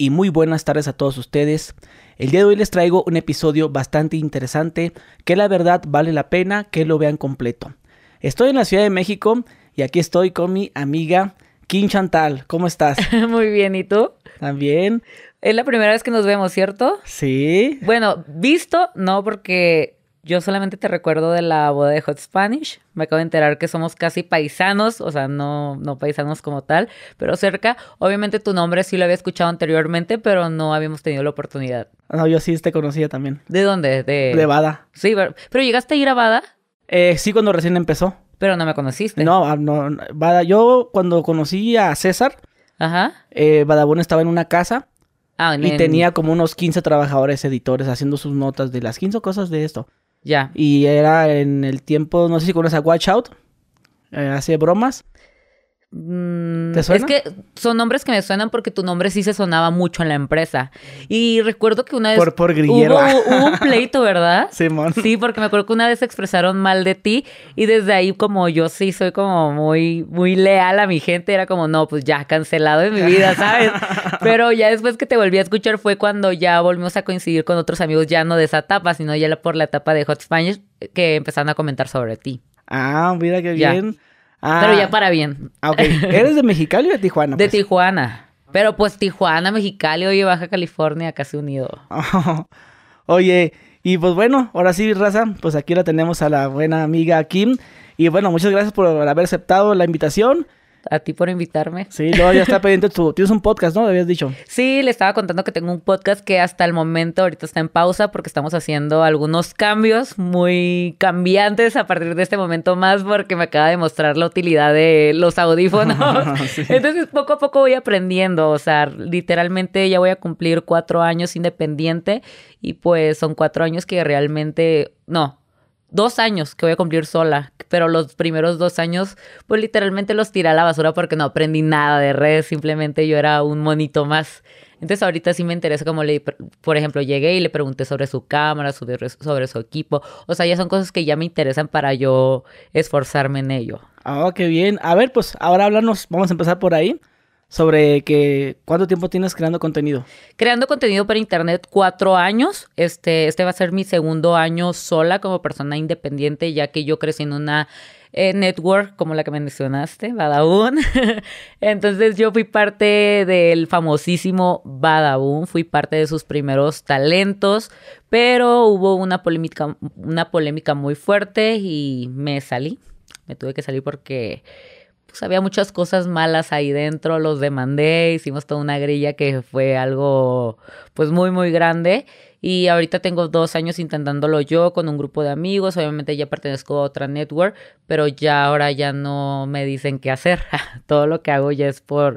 y muy buenas tardes a todos ustedes. El día de hoy les traigo un episodio bastante interesante que la verdad vale la pena que lo vean completo. Estoy en la Ciudad de México y aquí estoy con mi amiga Kim Chantal. ¿Cómo estás? Muy bien, ¿y tú? ¿También? Es la primera vez que nos vemos, ¿cierto? Sí. Bueno, visto, no, porque yo solamente te recuerdo de la boda de Hot Spanish. Me acabo de enterar que somos casi paisanos, o sea, no paisanos como tal, pero cerca. Obviamente tu nombre sí lo había escuchado anteriormente, pero no habíamos tenido la oportunidad. No, yo sí te conocía también. ¿De dónde? De Bada. Sí, pero ¿llegaste a ir a Bada? Sí, cuando recién empezó. Pero no me conociste. No, Bada, yo cuando conocí a César, Ajá. Badabun estaba en una casa Ah, y tenía como unos 15 trabajadores editores haciendo sus notas de las 15 cosas de esto. Ya. Y era en el tiempo, no sé si conoces a Watch Out, hace bromas. ¿Te suena? Es que son nombres que me suenan porque tu nombre sí se sonaba mucho en la empresa. Y recuerdo que una vez Por grillero. hubo un pleito, ¿verdad? Simón. Sí, porque me acuerdo que una vez se expresaron mal de ti y desde ahí como yo sí soy como muy, muy leal a mi gente, era como, no, pues ya cancelado en mi vida, ¿sabes? Pero ya después que te volví a escuchar fue cuando ya volvimos a coincidir con otros amigos, ya no de esa etapa, sino ya por la etapa de Hot Spanish, que empezaron a comentar sobre ti. Ah, mira qué Ya. bien. Ah, Pero ya para bien. ok. ¿Eres de Mexicali o de Tijuana? De Pues? Tijuana. Pero pues Tijuana, Mexicali, oye, Baja California, casi unido. Oye, y pues bueno, ahora sí, raza, pues aquí la tenemos a la buena amiga Kim. Y bueno, muchas gracias por haber aceptado la invitación. A ti por invitarme. Sí, luego ya está pendiente tienes un podcast, ¿no? Habías dicho. Sí, le estaba contando que tengo un podcast que hasta el momento ahorita está en pausa porque estamos haciendo algunos cambios muy cambiantes a partir de este momento más porque me acaba de mostrar la utilidad de los audífonos. Sí. Entonces poco a poco voy aprendiendo, o sea, literalmente ya voy a cumplir 4 años independiente y pues son 4 años que realmente, no, 2 años que voy a cumplir sola, pero los primeros 2 años, pues literalmente los tiré a la basura porque no aprendí nada de redes, simplemente yo era un monito más. Entonces ahorita sí me interesa como por ejemplo, llegué y le pregunté sobre su cámara, sobre su equipo, o sea, ya son cosas que ya me interesan para yo esforzarme en ello. Ah, qué bien. A ver, pues ahora háblanos, vamos a empezar por ahí, sobre cuánto tiempo tienes creando contenido. Creando contenido para internet 4 años. Este va a ser mi segundo año sola como persona independiente, ya que yo crecí en una network como la que mencionaste, Badabun. Entonces yo fui parte del famosísimo Badabun, fui parte de sus primeros talentos, pero hubo una polémica muy fuerte y me tuve que salir porque pues había muchas cosas malas ahí dentro, los demandé, hicimos toda una grilla que fue algo pues muy muy grande y ahorita tengo 2 años intentándolo yo con un grupo de amigos, obviamente ya pertenezco a otra network, pero ya ahora ya no me dicen qué hacer, todo lo que hago ya es por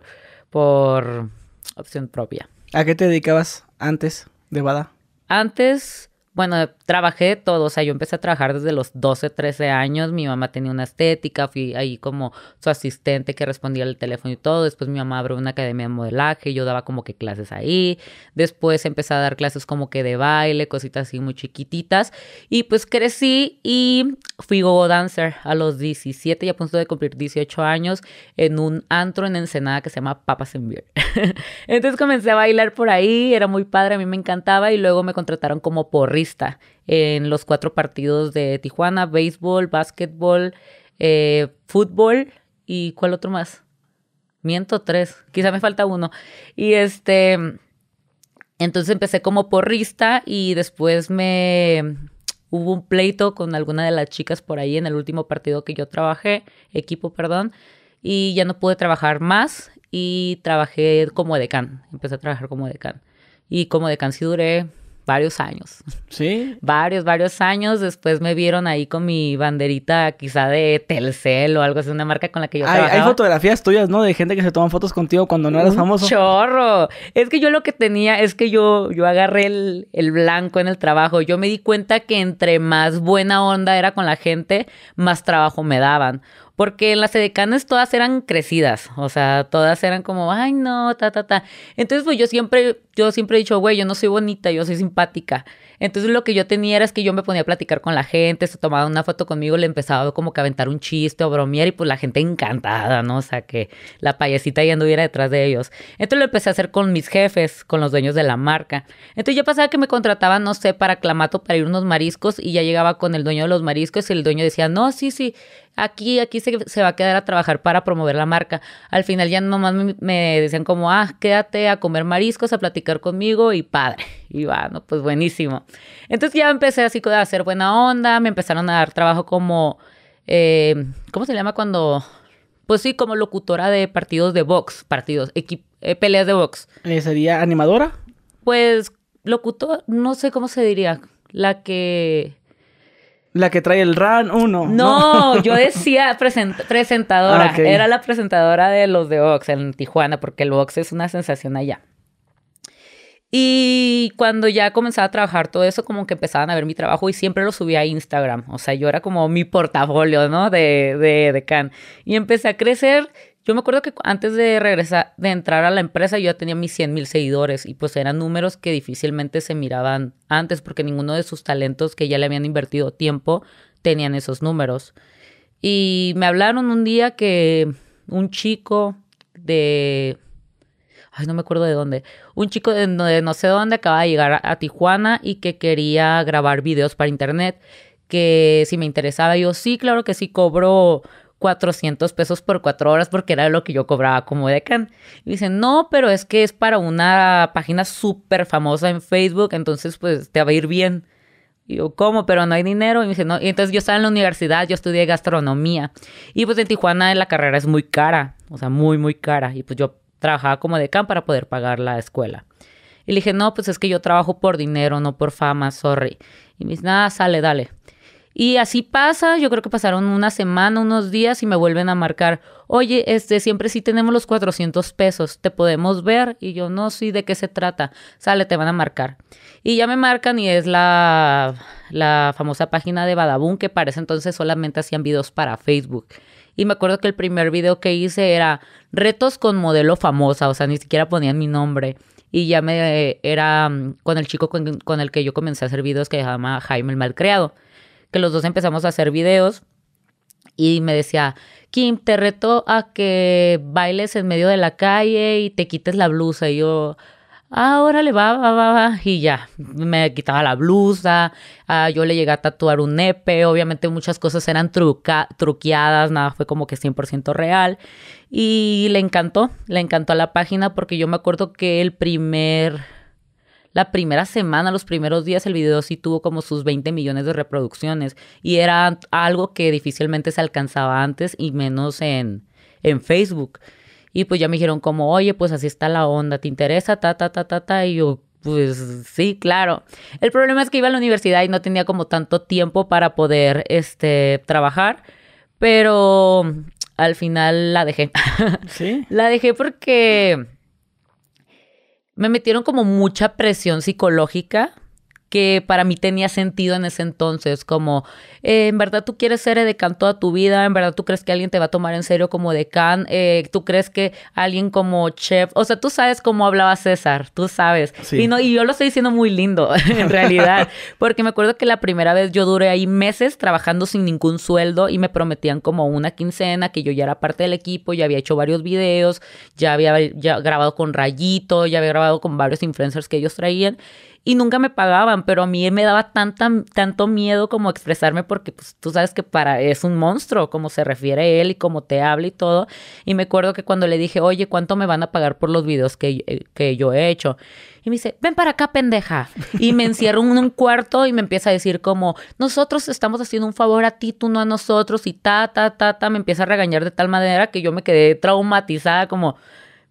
opción propia. ¿A qué te dedicabas antes de Bada? Antes, bueno, trabajé de todo, o sea, yo empecé a trabajar desde los 12, 13 años, mi mamá tenía una estética, fui ahí como su asistente que respondía al teléfono y todo, después mi mamá abrió una academia de modelaje, yo daba como que clases ahí, después empecé a dar clases como que de baile, cositas así muy chiquititas, y pues crecí y fui go dancer a los 17 y a punto de cumplir 18 años en un antro en Ensenada que se llama Papas and Beer. Entonces comencé a bailar por ahí, era muy padre, a mí me encantaba y luego me contrataron como porrista en los 4 partidos de Tijuana, béisbol, básquetbol, fútbol y ¿cuál otro más? Miento, 3, quizá me falta uno. Y entonces empecé como porrista y después hubo un pleito con alguna de las chicas por ahí en el último partido que yo equipo, y ya no pude trabajar más y trabajé como decán, empecé a trabajar como decán. Y como decán sí duré varios años. ¿Sí? Varios años. Después me vieron ahí con mi banderita quizá de Telcel o algo así, una marca con la que yo trabajaba. Hay fotografías tuyas, ¿no? De gente que se toman fotos contigo cuando no eras famoso. ¡Chorro! Es que yo lo que tenía es que yo agarré el blanco en el trabajo. Yo me di cuenta que entre más buena onda era con la gente, más trabajo me daban. porque en las edecanes todas eran crecidas, o sea, todas eran como, ay, no, ta. Entonces, pues yo siempre he dicho, güey, yo no soy bonita, yo soy simpática. Entonces, lo que yo tenía era es que yo me ponía a platicar con la gente, se tomaba una foto conmigo, le empezaba como que a aventar un chiste o bromear y pues la gente encantada, ¿no? O sea, que la payasita ya anduviera detrás de ellos. Entonces, lo empecé a hacer con mis jefes, con los dueños de la marca. Entonces, ya pasaba que me contrataban, no sé, para Clamato, para ir unos mariscos y ya llegaba con el dueño de los mariscos y el dueño decía, no, sí, aquí se va a quedar a trabajar para promover la marca. Al final ya nomás me decían como, quédate a comer mariscos, a platicar conmigo y padre. Y bueno, pues buenísimo. Entonces ya empecé así a hacer buena onda, me empezaron a dar trabajo como, ¿cómo se llama cuando? Pues sí, como locutora de partidos de box, peleas de box. ¿Sería animadora? Pues locutor, no sé cómo se diría, la que trae el RAN 1. No, yo decía presentadora. Okay. Era la presentadora de los de box en Tijuana, porque el box es una sensación allá. Y cuando ya comenzaba a trabajar todo eso, como que empezaban a ver mi trabajo y siempre lo subía a Instagram. O sea, yo era como mi portafolio, ¿no? De Can. Y empecé a crecer. Yo me acuerdo que antes de entrar a la empresa, yo ya tenía mis 100,000 seguidores. Y pues eran números que difícilmente se miraban antes, porque ninguno de sus talentos que ya le habían invertido tiempo tenían esos números. Y me hablaron un día que un chico no me acuerdo de dónde. Un chico de no sé dónde acaba de llegar a Tijuana y que quería grabar videos para internet. Que si me interesaba, yo sí, claro que sí, cobro 400 pesos por 4 horas porque era lo que yo cobraba como edecán. Y dicen, no, pero es que es para una página súper famosa en Facebook, entonces pues te va a ir bien. Y yo, ¿cómo? Pero no hay dinero. Y me dice, no. Y entonces yo estaba en la universidad, yo estudié gastronomía. Y pues en Tijuana la carrera es muy cara, o sea, muy, muy cara. Y pues yo trabajaba como decán para poder pagar la escuela. Y le dije, no, pues es que yo trabajo por dinero, no por fama, sorry. Y me dice, nada, sale, dale. Y así pasa, yo creo que pasaron una semana, unos días y me vuelven a marcar, oye, siempre sí tenemos los 400 pesos, ¿te podemos ver? Y yo, no, sí, ¿de qué se trata? Sale, te van a marcar. Y ya me marcan y es la famosa página de Badabun, que para ese entonces solamente hacían videos para Facebook. Y me acuerdo que el primer video que hice era retos con modelo famosa, o sea, ni siquiera ponían mi nombre. Y ya era con el chico con el que yo comencé a hacer videos, que se llama Jaime el Malcriado. Que los dos empezamos a hacer videos y me decía, Kim, te reto a que bailes en medio de la calle y te quites la blusa. Y yo, órale, va. Y ya, me quitaba la blusa, yo le llegué a tatuar un nepe, obviamente muchas cosas eran truqueadas, nada fue como que 100% real. Y le encantó a la página porque yo me acuerdo que la primera semana, los primeros días, el video sí tuvo como sus 20 millones de reproducciones. Y era algo que difícilmente se alcanzaba antes y menos en Facebook. Y pues ya me dijeron como, oye, pues así está la onda, ¿te interesa? Y yo, pues sí, claro. El problema es que iba a la universidad y no tenía como tanto tiempo para poder trabajar. Pero al final la dejé. ¿Sí? La dejé porque me metieron como mucha presión psicológica que para mí tenía sentido en ese entonces, como en verdad tú quieres ser edecán toda tu vida, en verdad tú crees que alguien te va a tomar en serio como decán, tú crees que alguien como chef, o sea, tú sabes cómo hablaba César, tú sabes, sí. y yo lo estoy diciendo muy lindo en realidad, porque me acuerdo que la primera vez yo duré ahí meses trabajando sin ningún sueldo y me prometían como una quincena, que yo ya era parte del equipo, ya había hecho varios videos, ya había grabado con Rayito, ya había grabado con varios influencers que ellos traían. Y nunca me pagaban, pero a mí me daba tanto miedo como expresarme porque pues, tú sabes que es un monstruo, como se refiere él y cómo te habla y todo. Y me acuerdo que cuando le dije, oye, ¿cuánto me van a pagar por los videos que yo he hecho? Y me dice, ven para acá, pendeja. Y me encierro en un cuarto y me empieza a decir como, nosotros estamos haciendo un favor a ti, tú no a nosotros. Y me empieza a regañar de tal manera que yo me quedé traumatizada como...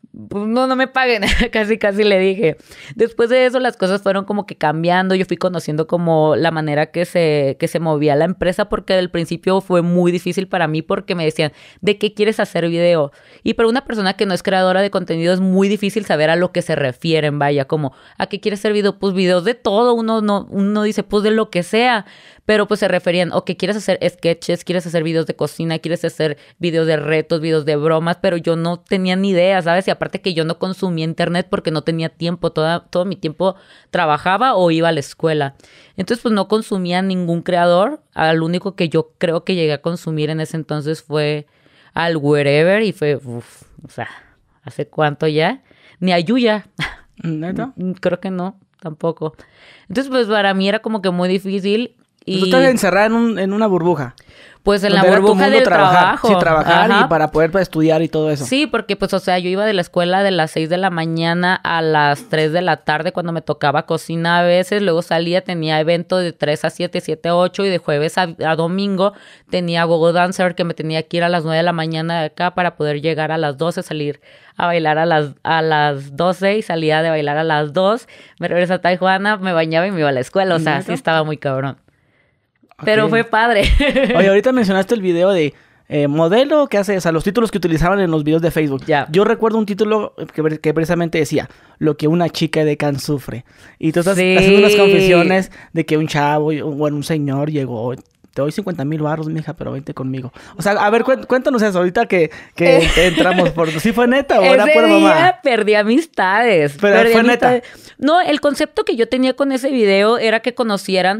pues no me paguen, casi le dije. Después de eso las cosas fueron como que cambiando, yo fui conociendo como la manera que se movía la empresa, porque al principio fue muy difícil para mí porque me decían, ¿de qué quieres hacer video? Y para una persona que no es creadora de contenido es muy difícil saber a lo que se refieren, vaya, como, ¿a qué quieres hacer video? Pues videos de todo, uno dice, pues de lo que sea. Pero pues se referían, o que quieres hacer sketches, quieres hacer videos de cocina, quieres hacer videos de retos, videos de bromas, pero yo no tenía ni idea, ¿sabes? Y aparte que yo no consumía internet porque no tenía tiempo, todo mi tiempo trabajaba o iba a la escuela. Entonces pues no consumía ningún creador, al único que yo creo que llegué a consumir en ese entonces fue al Wherever y fue, o sea, ¿hace cuánto ya? Ni a Yuya. ¿Neta? Creo que no, tampoco. Entonces pues para mí era como que muy difícil. Y tú estás encerrada en una burbuja. Pues en la burbuja del trabajo. Sí, trabajar y para poder estudiar y todo eso. Sí, porque pues, o sea, yo iba de la escuela de las 6 de la mañana a las 3 de la tarde cuando me tocaba cocina a veces. Luego salía, tenía evento de 3 a 7, 7 a 8 y de jueves a domingo tenía Gogo Dancer que me tenía que ir a las 9 de la mañana de acá para poder llegar a las 12, salir a bailar a las 12 y salía de bailar a las 2. Me regresaba a Tijuana, me bañaba y me iba a la escuela. O sea, sí estaba muy cabrón. Pero fue padre. Oye, ahorita mencionaste el video de modelo que hace, o sea, los títulos que utilizaban en los videos de Facebook. Ya. Yo recuerdo un título que precisamente decía, lo que una chica de Can sufre. Y tú estás haciendo unas confesiones de que un chavo, bueno, un señor llegó, te doy 50,000 baros, mija, pero vente conmigo. O sea, a ver, cuéntanos eso, ahorita que entramos por... ¿Sí fue neta o era por mamá? Ese día perdí amistades. Pero fue neta. No, el concepto que yo tenía con ese video era que conocieran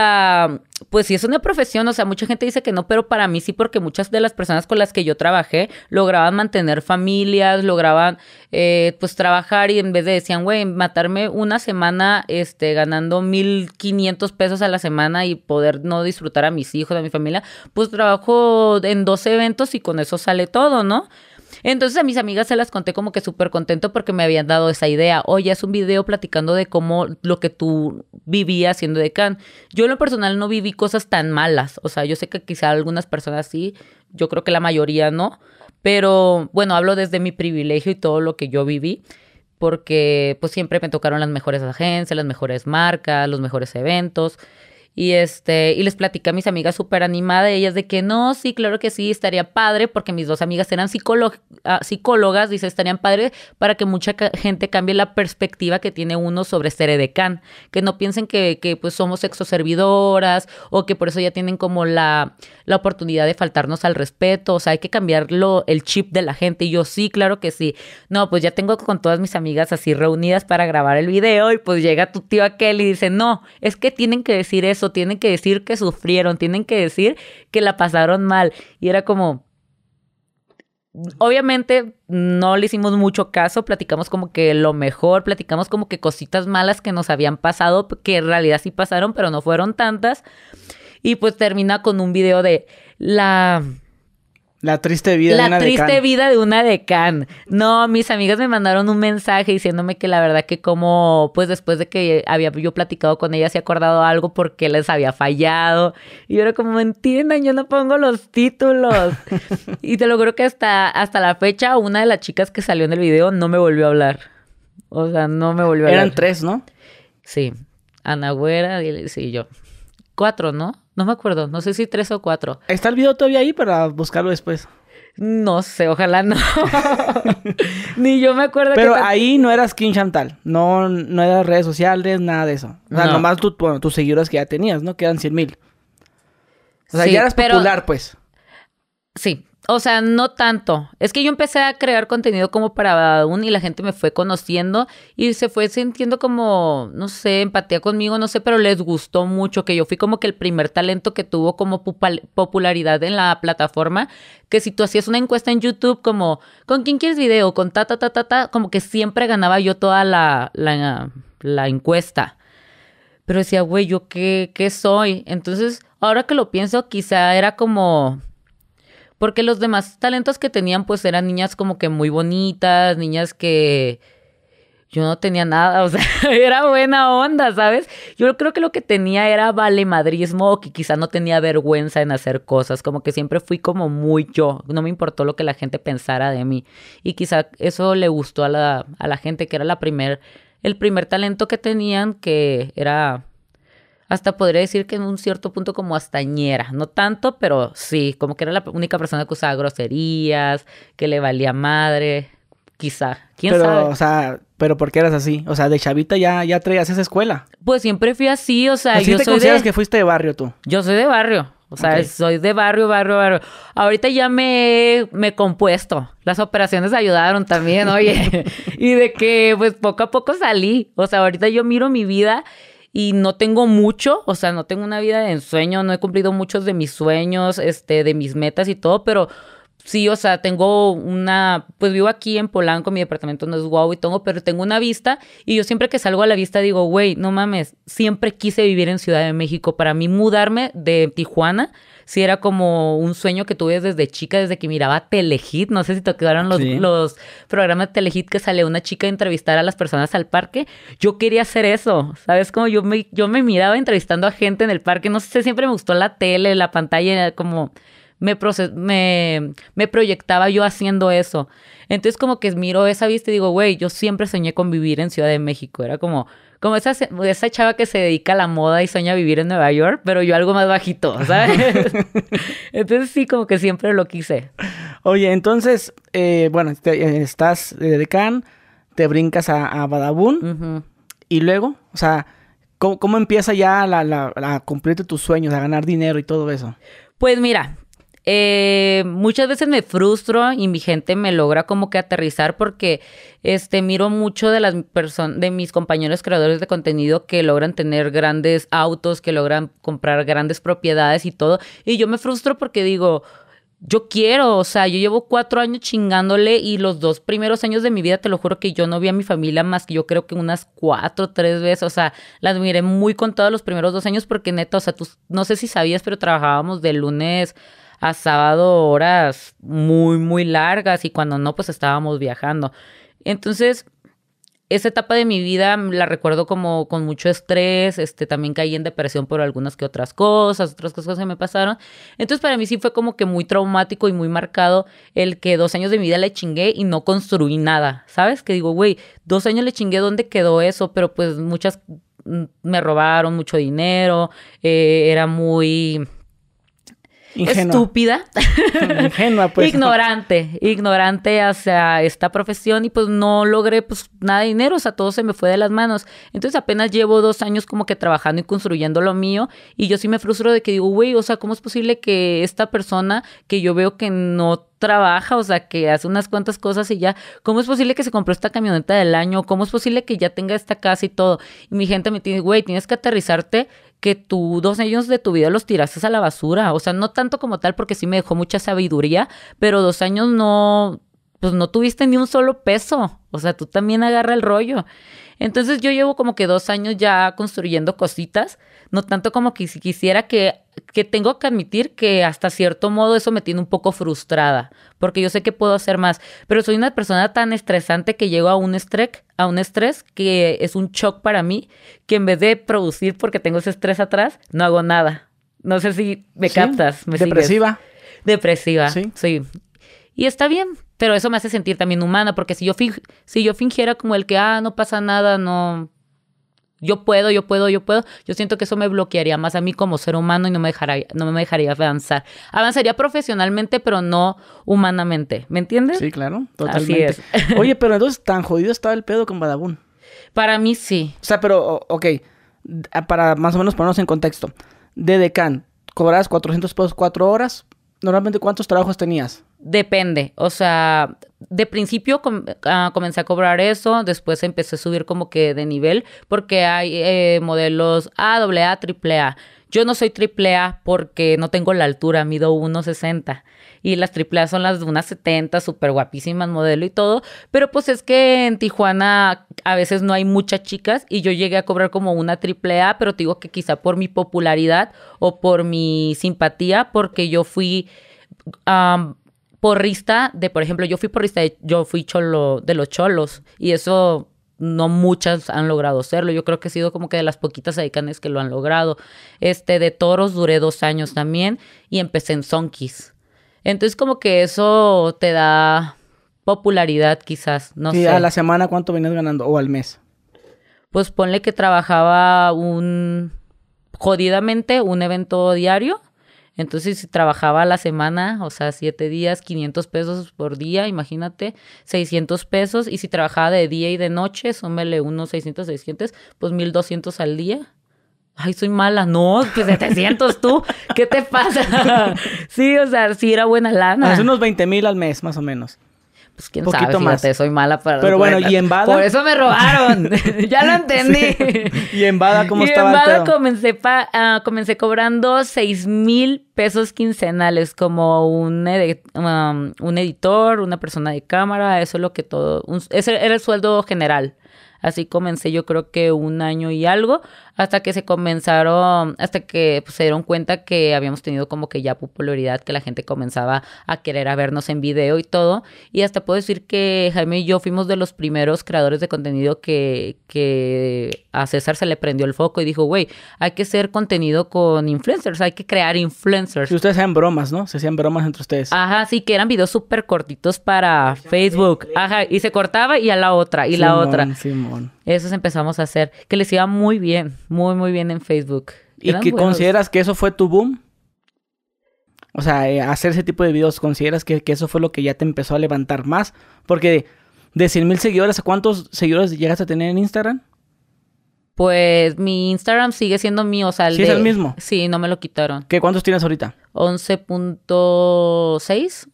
pues sí es una profesión, o sea, mucha gente dice que no, pero para mí sí, porque muchas de las personas con las que yo trabajé lograban mantener familias, lograban pues trabajar y en vez de decían, güey, matarme una semana ganando 1,500 pesos a la semana y poder no disfrutar a mis hijos, a mi familia, pues trabajo en 12 eventos y con eso sale todo, ¿no? Entonces a mis amigas se las conté como que súper contento porque me habían dado esa idea. Oye, es un video platicando de cómo lo que tú vivías siendo decán. Yo en lo personal no viví cosas tan malas. O sea, yo sé que quizá algunas personas sí, yo creo que la mayoría no. Pero bueno, hablo desde mi privilegio y todo lo que yo viví. Porque pues siempre me tocaron las mejores agencias, las mejores marcas, los mejores eventos. Y les platicé a mis amigas súper animadas, ellas de que no, sí, claro que sí, estaría padre, porque mis dos amigas eran psicólogas, dice, estarían padre para que mucha gente cambie la perspectiva que tiene uno sobre ser edecán, que no piensen que pues somos sexoservidoras o que por eso ya tienen como la oportunidad de faltarnos al respeto, o sea, hay que cambiarlo, el chip de la gente. Y yo, sí, claro que sí. No, pues ya tengo con todas mis amigas así reunidas para grabar el video y pues llega tu tío aquel y dice, no, es que tienen que decir eso, tienen que decir que sufrieron, tienen que decir que la pasaron mal. Y era como, obviamente no le hicimos mucho caso, platicamos como que lo mejor, platicamos como que cositas malas que nos habían pasado, que en realidad sí pasaron, pero no fueron tantas. Y pues termina con un video de la triste vida de una decán. La triste vida de una decán. No, mis amigas me mandaron un mensaje diciéndome que la verdad que como, pues después de que había yo platicado con ellas, se acordado algo porque les había fallado. Y yo era como, me entiendan, yo no pongo los títulos. Y te lo juro que hasta la fecha, una de las chicas que salió en el video no me volvió a hablar. O sea, no me volvió a hablar. Eran 3, ¿no? Sí. Ana Güera, sí, yo. 4, ¿no? No me acuerdo, no sé si 3 o 4. ¿Está el video todavía ahí para buscarlo después? No sé, ojalá no. Ni yo me acuerdo. Pero ahí no eras Kim Chantal. No eras redes sociales, nada de eso. O sea, no. Nomás tus seguidores que ya tenías, ¿no? Que eran 100,000. O sea, sí, ya eras popular, pues. Sí. O sea, no tanto. Es que yo empecé a crear contenido como para y la gente me fue conociendo y se fue sintiendo como, no sé, empatía conmigo, no sé, pero les gustó mucho que yo fui como que el primer talento que tuvo como popularidad en la plataforma, que si tú hacías una encuesta en YouTube como, ¿con quién quieres video? Con como que siempre ganaba yo toda la encuesta. Pero decía, güey, ¿yo qué soy? Entonces, ahora que lo pienso, quizá era como... Porque los demás talentos que tenían, pues, eran niñas como que muy bonitas, niñas que Yo no tenía nada, o sea, era buena onda, ¿sabes? Yo creo que lo que tenía era valemadrismo o que quizá no tenía vergüenza en hacer cosas, como que siempre fui como muy yo, no me importó lo que la gente pensara de mí y quizá eso le gustó a la gente, que era el primer talento que tenían, que era, hasta podría decir que en un cierto punto como hastañera, no tanto, pero sí, como que era la única persona que usaba groserías, que le valía madre, quizá, quién Pero, sabe. o sea, ¿pero por qué eras así? O sea, de chavita ya traías esa escuela. Pues siempre fui así, o sea, ¿Así yo te soy consideras de... que fuiste de barrio tú? Yo soy de barrio, o sea, Ok. soy de barrio. Ahorita ya me he compuesto. Las operaciones ayudaron también, oye. Y de que pues poco a poco salí. O sea, ahorita yo miro mi vida y no tengo mucho, o sea, no tengo una vida de ensueño, no he cumplido muchos de mis sueños, de mis metas y todo, pero sí, o sea, pues vivo aquí en Polanco, mi departamento no es guau y todo, pero tengo una vista y yo siempre que salgo a la vista digo, güey, no mames, siempre quise vivir en Ciudad de México. Para mí mudarme de Tijuana sí era como un sueño que tuve desde chica, desde que miraba Telehit. No sé si te quedaron Sí. los programas de Telehit que sale una chica a entrevistar a las personas al parque. Yo quería hacer eso, ¿sabes? Como yo me miraba entrevistando a gente en el parque. No sé, siempre me gustó la tele, la pantalla, como me proyectaba yo haciendo eso. Entonces como que miro esa vista y digo, güey, yo siempre soñé con vivir en Ciudad de México. Era como esa chava que se dedica a la moda y sueña vivir en Nueva York, pero yo algo más bajito, ¿sabes? Entonces sí, como que siempre lo quise. Oye, entonces, bueno, estás de decán, te brincas a Badabun Ujú. y luego, o sea, ¿cómo empieza ya a cumplirte tus sueños, a ganar dinero y todo eso? Pues mira, muchas veces me frustro y mi gente me logra como que aterrizar porque miro mucho de de mis compañeros creadores de contenido que logran tener grandes autos, que logran comprar grandes propiedades y todo. Y yo me frustro porque digo, yo quiero, o sea, yo llevo 4 años chingándole y los 2 primeros años de mi vida, te lo juro que yo no vi a mi familia más que yo creo que unas 4 o 3 veces, o sea, las miré muy contadas los primeros 2 años porque neta, o sea, tú no sé si sabías, pero trabajábamos de lunes a sábado horas muy largas y cuando no, pues estábamos viajando. Entonces, esa etapa de mi vida la recuerdo como con mucho estrés, también caí en depresión por algunas que otras cosas que me pasaron. Entonces para mí sí fue como que muy traumático y muy marcado el que 2 años de mi vida le chingué y no construí nada, ¿sabes? Que digo, güey, 2 años le chingué, ¿dónde quedó eso? Pero pues me robaron mucho dinero, era muy Ingenua. estúpida. Ingenua, pues. Ignorante hacia esta profesión y pues no logré pues nada de dinero, o sea, todo se me fue de las manos. Entonces apenas llevo 2 años como que trabajando y construyendo lo mío y yo sí me frustro de que digo, güey, o sea, ¿cómo es posible que esta persona que yo veo que no trabaja, o sea, que hace unas cuantas cosas y ya, ¿cómo es posible que se compró esta camioneta del año? ¿Cómo es posible que ya tenga esta casa y todo? Y mi gente me dice, güey, tienes que aterrizarte que tú 2 años de tu vida los tiraste a la basura. O sea, no tanto como tal porque sí me dejó mucha sabiduría, pero 2 años no, pues no tuviste ni un solo peso. O sea, tú también agarra el rollo. Entonces yo llevo como que 2 años ya construyendo cositas, no tanto como que si quisiera que tengo que admitir que hasta cierto modo eso me tiene un poco frustrada, porque yo sé que puedo hacer más, pero soy una persona tan estresante que llego a un estrés que es un shock para mí, que en vez de producir porque tengo ese estrés atrás, no hago nada. No sé si me Sí, captas, me sigues. depresiva. Depresiva, Sí. sí. Y está bien, pero eso me hace sentir también humana, porque si yo fingiera como el que, no pasa nada, no, yo puedo, yo siento que eso me bloquearía más a mí como ser humano y no me dejaría avanzar. Avanzaría profesionalmente, pero no humanamente, ¿me entiendes? Sí, claro, Así totalmente. es. Oye, pero entonces tan jodido estaba el pedo con Badabun. Para mí sí. O sea, pero, ok, para más o menos ponernos en contexto. De decán, cobrabas 400 pesos 4 horas. Normalmente, ¿cuántos trabajos tenías? Depende, o sea, de principio comencé a cobrar eso, después empecé a subir como que de nivel, porque hay modelos A, AA, AAA. Yo no soy AAA porque no tengo la altura, mido 1,60 y las AAA son las de 1,70, súper guapísimas modelo y todo, pero pues es que en Tijuana a veces no hay muchas chicas y yo llegué a cobrar como una AAA, pero te digo que quizá por mi popularidad o por mi simpatía, porque yo fui porrista yo fui cholo de los cholos y eso no muchas han logrado hacerlo. Yo creo que he sido como que de las poquitas edicanes que lo han logrado. De toros duré 2 años también y empecé en Zonkis. Entonces como que eso te da popularidad quizás, no Sí, sé. a la semana, ¿cuánto venías ganando? O al mes. Pues ponle que trabajaba jodidamente un evento diario. Entonces, si trabajaba a la semana, o sea, 7 días, 500 pesos por día, imagínate, 600 pesos. Y si trabajaba de día y de noche, súmele unos 600, pues 1,200 al día. Ay, soy mala. No, pues 700 tú. ¿Qué te pasa? Sí, o sea, sí era buena lana. Hace unos 20,000 al mes, más o menos. Pues quién Poquito sabe, más. fíjate, soy mala para... Pero bueno, ¿y en Bada? Por eso me robaron. Ya lo entendí. Sí. ¿Y en Bada cómo Y estaba en Bada el pedo? comencé cobrando 6,000 pesos quincenales como un editor, una persona de cámara, eso es lo que todo... ese era el sueldo general. Así comencé yo creo que 1 año y algo, hasta que pues, se dieron cuenta que habíamos tenido como que ya popularidad, que la gente comenzaba a querer a vernos en video y todo. Y hasta puedo decir que Jaime y yo fuimos de los primeros creadores de contenido que a César se le prendió el foco y dijo, güey, hay que hacer contenido con influencers, hay que crear influencers. Si ustedes hacían bromas, ¿no? Se hacían bromas entre ustedes. Ajá, sí, que eran videos súper cortitos para Facebook. Ajá, y se cortaba y a la otra, y la otra. Simón. Esos empezamos a hacer, que les iba muy bien, muy, muy bien en Facebook. ¿Y Eran qué buenos. consideras que eso fue tu boom? O sea, hacer ese tipo de videos, ¿consideras que eso fue lo que ya te empezó a levantar más? Porque de 100,000 seguidores, ¿a cuántos seguidores llegaste a tener en Instagram? Pues mi Instagram sigue siendo mío, o sea, ¿Sí es el mismo? Sí, no me lo quitaron. ¿Cuántos tienes ahorita? 11.6,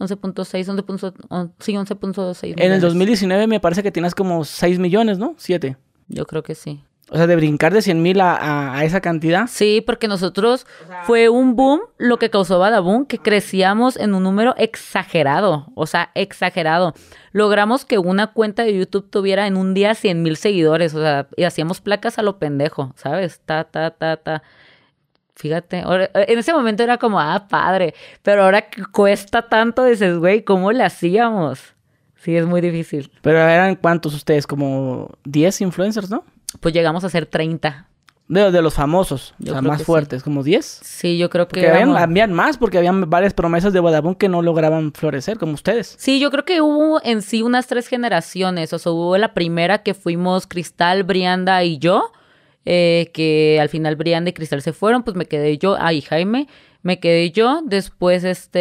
11.6 En el 2019 me parece que tienes como 6 millones, ¿no? 7. Yo creo que sí. O sea, de brincar de 100,000 a esa cantidad. Sí, porque nosotros fue un boom lo que causó Badaboom, que crecíamos en un número exagerado, o sea, exagerado. Logramos que una cuenta de YouTube tuviera en un día 100,000 seguidores, o sea, y hacíamos placas a lo pendejo, ¿sabes? Fíjate, en ese momento era como, padre, pero ahora que cuesta tanto, dices, güey, ¿cómo le hacíamos? Sí, es muy difícil. Pero eran ¿cuántos ustedes? Como 10 influencers, ¿no? Pues llegamos a ser 30. De los famosos, Yo o sea, creo más que fuertes, como 10. Sí, yo creo que Porque habían más, porque habían varias promesas de Badaboom que no lograban florecer, como ustedes. Sí, yo creo que hubo en sí unas 3 generaciones. O sea, hubo la primera que fuimos Cristal, Brianda y yo, que al final Brianda y Cristal se fueron, pues me quedé yo, y Jaime, me quedé yo. Después,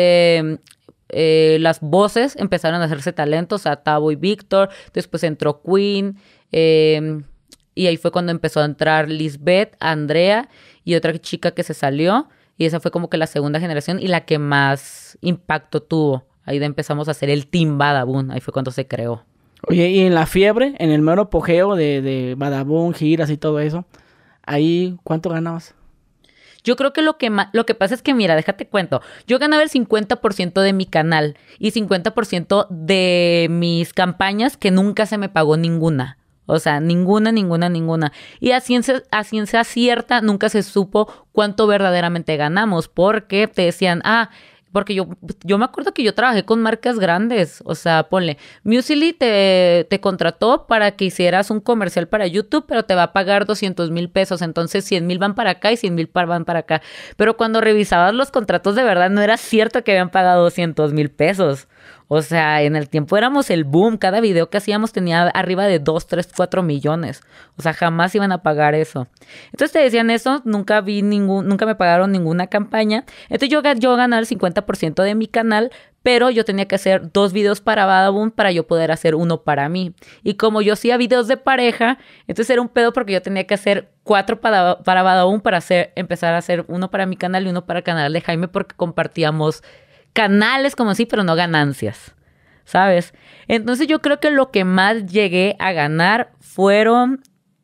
las voces empezaron a hacerse talentos, a Tavo y Víctor. Después entró Queen, y ahí fue cuando empezó a entrar Lisbeth, Andrea y otra chica que se salió. Y esa fue como que la segunda generación y la que más impacto tuvo. Ahí empezamos a hacer el Team Badaboom. Ahí fue cuando se creó. Oye, y en la fiebre, en el mero apogeo de Badaboom, giras y todo eso, ahí, ¿cuánto ganabas? Yo creo que lo que pasa es que, mira, déjate cuento. Yo ganaba el 50% de mi canal y 50% de mis campañas que nunca se me pagó ninguna. O sea, ninguna. Y a ciencia cierta nunca se supo cuánto verdaderamente ganamos, porque te decían, porque yo me acuerdo que yo trabajé con marcas grandes. O sea, ponle, Musical.ly te contrató para que hicieras un comercial para YouTube, pero te va a pagar 200,000 pesos. Entonces 100,000 van para acá y 100,000 van para acá. Pero cuando revisabas los contratos, de verdad no era cierto que habían pagado 200,000 pesos. O sea, en el tiempo éramos el boom. Cada video que hacíamos tenía arriba de 2, 3, 4 millones. O sea, jamás iban a pagar eso. Entonces te decían eso, nunca me pagaron ninguna campaña. Entonces yo ganaba el 50% de mi canal, pero yo tenía que hacer 2 videos para Badaboom para yo poder hacer uno para mí. Y como yo hacía videos de pareja, entonces era un pedo porque yo tenía que hacer 4 para Badaboom para empezar a hacer uno para mi canal y uno para el canal de Jaime, porque compartíamos canales como así, pero no ganancias, ¿sabes? Entonces yo creo que lo que más llegué a ganar fueron...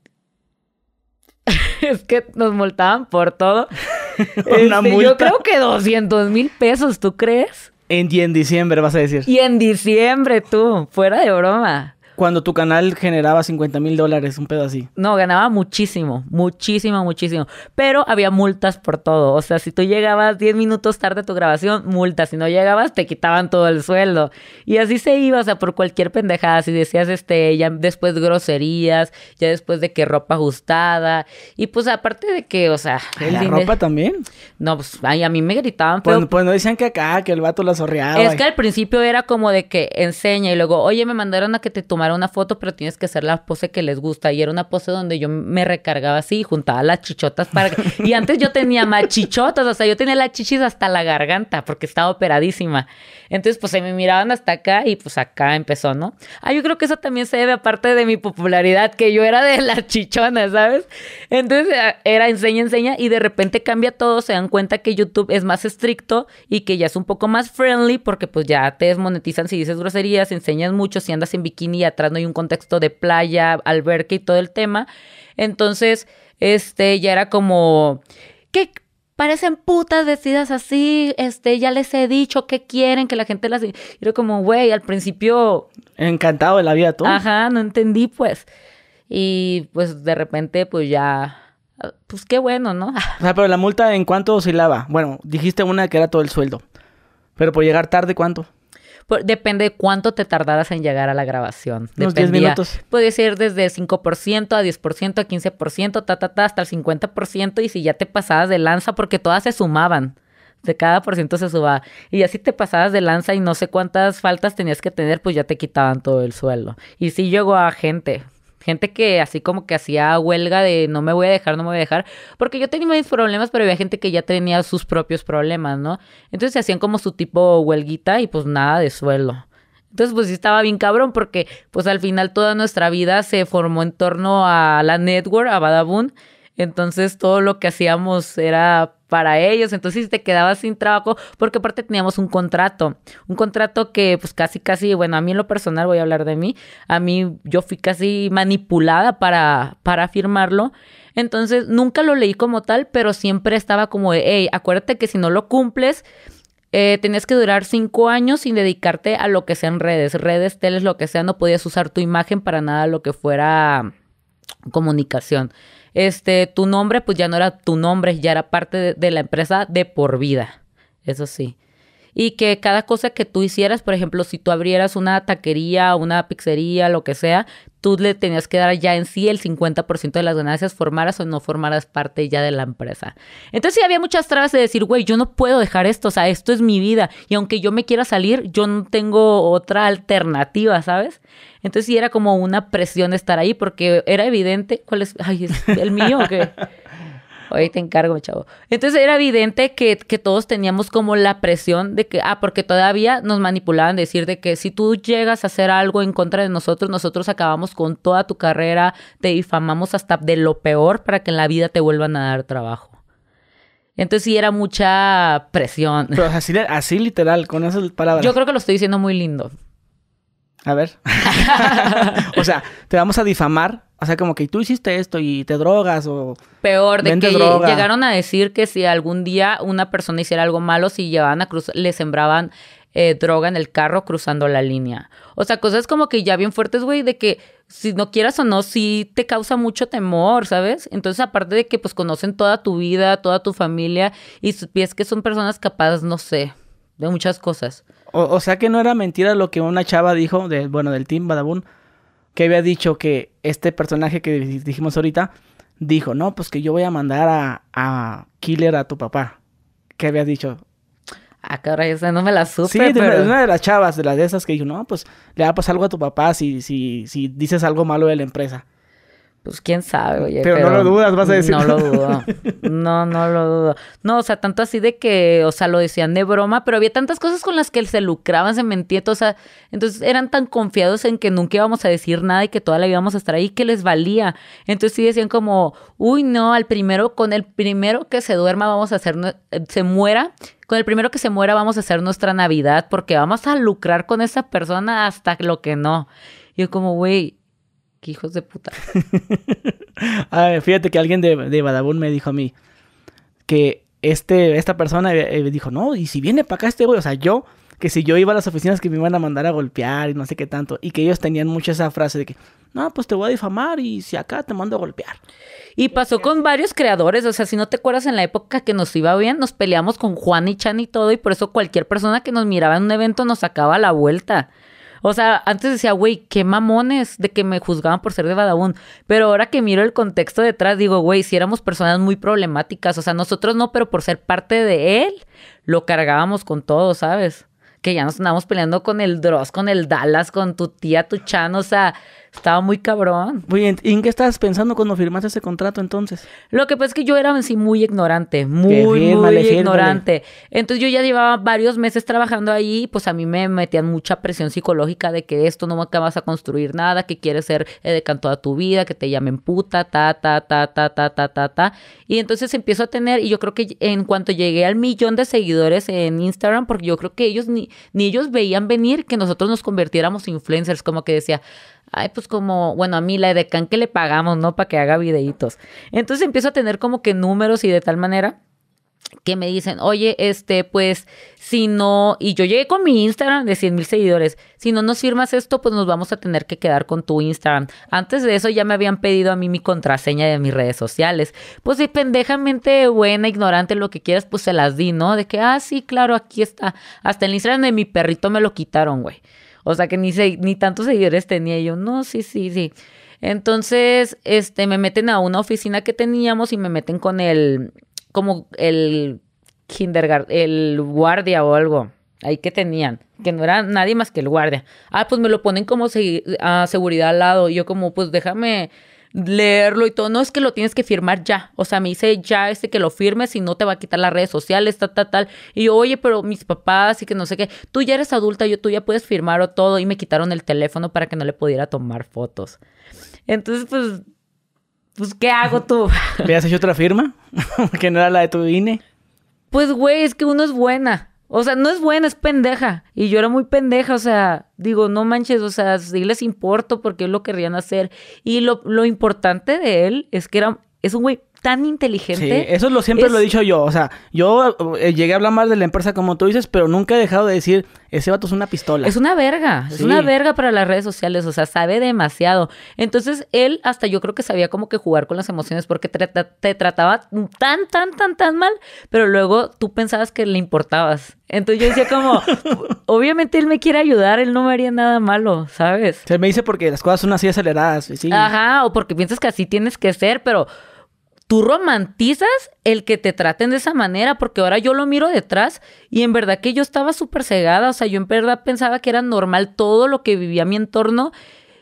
es que nos multaban por todo. Una multa. Yo creo que 200,000 pesos, ¿tú crees? Y en diciembre, vas a decir. Y en diciembre, tú, fuera de broma. Cuando tu canal generaba $50,000, un pedo así. No, ganaba muchísimo, muchísimo, muchísimo. Pero había multas por todo. O sea, si tú llegabas 10 minutos tarde a tu grabación, multa. Si no llegabas, te quitaban todo el sueldo. Y así se iba, o sea, por cualquier pendejada. Si decías, ya después groserías, ya después de que ropa ajustada. Y pues aparte de que, o sea... ¿La ropa también? No, pues, ay, a mí me gritaban, pero... Pues no decían que acá, que el vato la zorreaba. Es que al principio era como de que enseña y luego, oye, me mandaron a que te tomara una foto, pero tienes que hacer la pose que les gusta. Y era una pose donde yo me recargaba así y juntaba las chichotas para... Y antes yo tenía más chichotas, o sea, yo tenía las chichis hasta la garganta porque estaba operadísima. Entonces, pues se me miraban hasta acá y pues acá empezó, ¿no? Yo creo que eso también se debe aparte de mi popularidad, que yo era de las chichonas, ¿sabes? Entonces era enseña y de repente cambia todo, se dan cuenta que YouTube es más estricto y que ya es un poco más friendly porque pues ya te desmonetizan si dices groserías, enseñas mucho, si andas en bikini y atrás no hay un contexto de playa, alberca y todo el tema. Entonces, ya era como... ¿Qué? Parecen putas vestidas así, ya les he dicho que quieren que la gente las... Y era como, güey, al principio... Encantado de la vida, tú. Ajá, no entendí, pues. Y pues de repente, pues ya... Pues qué bueno, ¿no? O sea, pero la multa, ¿en cuánto oscilaba? Bueno, dijiste una que era todo el sueldo. Pero por llegar tarde, ¿cuánto? Depende de cuánto te tardaras en llegar a la grabación. Unos 10 minutos. Puede ser desde 5% a 10%, a 15%, hasta el 50%. Y si ya te pasabas de lanza, porque todas se sumaban. De cada por ciento se sumaba. Y ya si te pasabas de lanza y no sé cuántas faltas tenías que tener, pues ya te quitaban todo el sueldo. Y sí llegó a gente que así como que hacía huelga de no me voy a dejar, porque yo tenía mis problemas, pero había gente que ya tenía sus propios problemas, ¿no? Entonces se hacían como su tipo huelguita y pues nada de sueldo. Entonces pues sí estaba bien cabrón porque pues al final toda nuestra vida se formó en torno a la network, a Badabun. Entonces todo lo que hacíamos era para ellos. Entonces te quedabas sin trabajo porque aparte teníamos un contrato que pues casi, bueno, a mí en lo personal voy a hablar de mí. A mí yo fui casi manipulada para firmarlo. Entonces nunca lo leí como tal, pero siempre estaba como de, hey, acuérdate que si no lo cumples... tenías que durar 5 años sin dedicarte a lo que sean redes, teles, lo que sea. No podías usar tu imagen para nada lo que fuera comunicación. Tu nombre pues ya no era tu nombre, ya era parte de la empresa de por vida, eso sí. Y que cada cosa que tú hicieras, por ejemplo, si tú abrieras una taquería, una pizzería, lo que sea, tú le tenías que dar ya en sí el 50% de las ganancias, formaras o no formaras parte ya de la empresa. Entonces sí había muchas trabas de decir, güey, yo no puedo dejar esto, o sea, esto es mi vida. Y aunque yo me quiera salir, yo no tengo otra alternativa, ¿sabes? Entonces sí era como una presión estar ahí porque era evidente, ¿cuál es? Ay, ¿es el mío o qué? Oye, te encargo, chavo. Entonces era evidente que todos teníamos como la presión de que, porque todavía nos manipulaban decir de que si tú llegas a hacer algo en contra de nosotros acabamos con toda tu carrera, te difamamos hasta de lo peor para que en la vida te vuelvan a dar trabajo. Entonces sí era mucha presión. Pero así literal, con esas palabras. Yo creo que lo estoy diciendo muy lindo. A ver. O sea, te vamos a difamar. O sea, como que tú hiciste esto y te drogas o... Peor, de que droga. Llegaron a decir que si algún día una persona hiciera algo malo, si llevaban a cruzar, le sembraban droga en el carro cruzando la línea. O sea, cosas como que ya bien fuertes, güey, de que si no quieras o no, sí te causa mucho temor, ¿sabes? Entonces, aparte de que pues conocen toda tu vida, toda tu familia y ves que son personas capaces, no sé, de muchas cosas. O sea que no era mentira lo que una chava dijo, del Team Badabun, que había dicho que este personaje que dijimos ahorita, dijo, no, pues que yo voy a mandar a Killer a tu papá. ¿Qué había dicho? Caray, esa no me la supe, sí, pero... una de las chavas, de las de esas que dijo, no, pues le va a pasar algo a tu papá si dices algo malo de la empresa. Pues quién sabe, oye. Pero no lo dudas, vas a decir. No lo dudo. No lo dudo. No, o sea, tanto así de que, o sea, lo decían de broma, pero había tantas cosas con las que se lucraban, se mentía, o sea, entonces eran tan confiados en que nunca íbamos a decir nada y que toda la vida íbamos a estar ahí, que les valía. Entonces sí decían como, uy, no, con el primero que se duerma vamos a hacer, con el primero que se muera vamos a hacer nuestra Navidad porque vamos a lucrar con esa persona hasta lo que no. Y yo como, güey, qué hijos de puta. Fíjate que alguien de Badabun me dijo a mí que esta persona dijo, no, y si viene para acá este güey, o sea, yo que si yo iba a las oficinas que me iban a mandar a golpear y no sé qué tanto, y que ellos tenían mucho esa frase de que, no, pues te voy a difamar y si acá te mando a golpear. Y pasó con varios creadores, o sea, si no te acuerdas en la época que nos iba bien, nos peleamos con Juan y Chan y todo, y por eso cualquier persona que nos miraba en un evento nos sacaba la vuelta. O sea, antes decía, güey, qué mamones de que me juzgaban por ser de Badabun. Pero ahora que miro el contexto detrás, digo, güey, si éramos personas muy problemáticas. O sea, nosotros no, pero por ser parte de él, lo cargábamos con todo, ¿sabes? Que ya nos andábamos peleando con el Dross, con el Dallas, con tu tía, tu Chan, o sea, estaba muy cabrón. Oye, ¿y en qué estabas pensando cuando firmaste ese contrato entonces? Lo que pasa es que yo era en sí muy ignorante, muy ignorante. Entonces yo ya llevaba varios meses trabajando ahí, pues a mí me metían mucha presión psicológica de que esto no acabas a construir nada, que quieres ser edecán toda tu vida, que te llamen puta, ta. Y entonces empiezo a tener, y yo creo que en cuanto llegué al 1,000,000 de seguidores en Instagram, porque yo creo que ellos ni ellos veían venir que nosotros nos convirtiéramos influencers, como que decía, ay, pues como, bueno, a mí la edecán que le pagamos, ¿no? Para que haga videitos. Entonces empiezo a tener como que números y de tal manera que me dicen, oye, pues, si no... Y yo llegué con mi Instagram de 100,000 seguidores. Si no nos firmas esto, pues nos vamos a tener que quedar con tu Instagram. Antes de eso ya me habían pedido a mí mi contraseña de mis redes sociales. Pues sí, pendejamente buena, ignorante, lo que quieras, pues se las di, ¿no? De que, sí, claro, aquí está. Hasta el Instagram de mi perrito me lo quitaron, güey. O sea, que ni tantos seguidores tenía. Y yo, no, sí. Entonces, me meten a una oficina que teníamos y me meten con el el guardia o algo. Ahí que tenían. Que no era nadie más que el guardia. Pues me lo ponen como a seguridad al lado. Y yo como, pues déjame leerlo y todo. No, es que lo tienes que firmar ya. O sea, me dice ya que lo firmes, si no te va a quitar las redes sociales, tal. Y yo, oye, pero mis papás y que no sé qué. Tú ya eres adulta, tú ya puedes firmar o todo. Y me quitaron el teléfono para que no le pudiera tomar fotos. Entonces, pues, ¿qué hago tú? ¿Habías hecho otra firma? Que no era la de tu INE. Pues, güey, es que uno es buena. O sea, no es buena, es pendeja. Y yo era muy pendeja, o sea, digo, no manches, o sea, sí les importo porque ellos lo querrían hacer. Y lo importante de él es que es un güey tan inteligente. Sí, eso siempre lo he dicho yo. O sea, yo llegué a hablar mal de la empresa como tú dices, pero nunca he dejado de decir, ese vato es una pistola. Es una verga. Sí. Es una verga para las redes sociales. O sea, sabe demasiado. Entonces, él hasta yo creo que sabía como que jugar con las emociones porque te trataba tan mal, pero luego tú pensabas que le importabas. Entonces yo decía como, obviamente él me quiere ayudar, él no me haría nada malo, ¿sabes? Se me dice porque las cosas son así aceleradas. Sí. Ajá, o porque piensas que así tienes que ser, pero tú romantizas el que te traten de esa manera, porque ahora yo lo miro detrás y en verdad que yo estaba súper cegada, o sea, yo en verdad pensaba que era normal todo lo que vivía mi entorno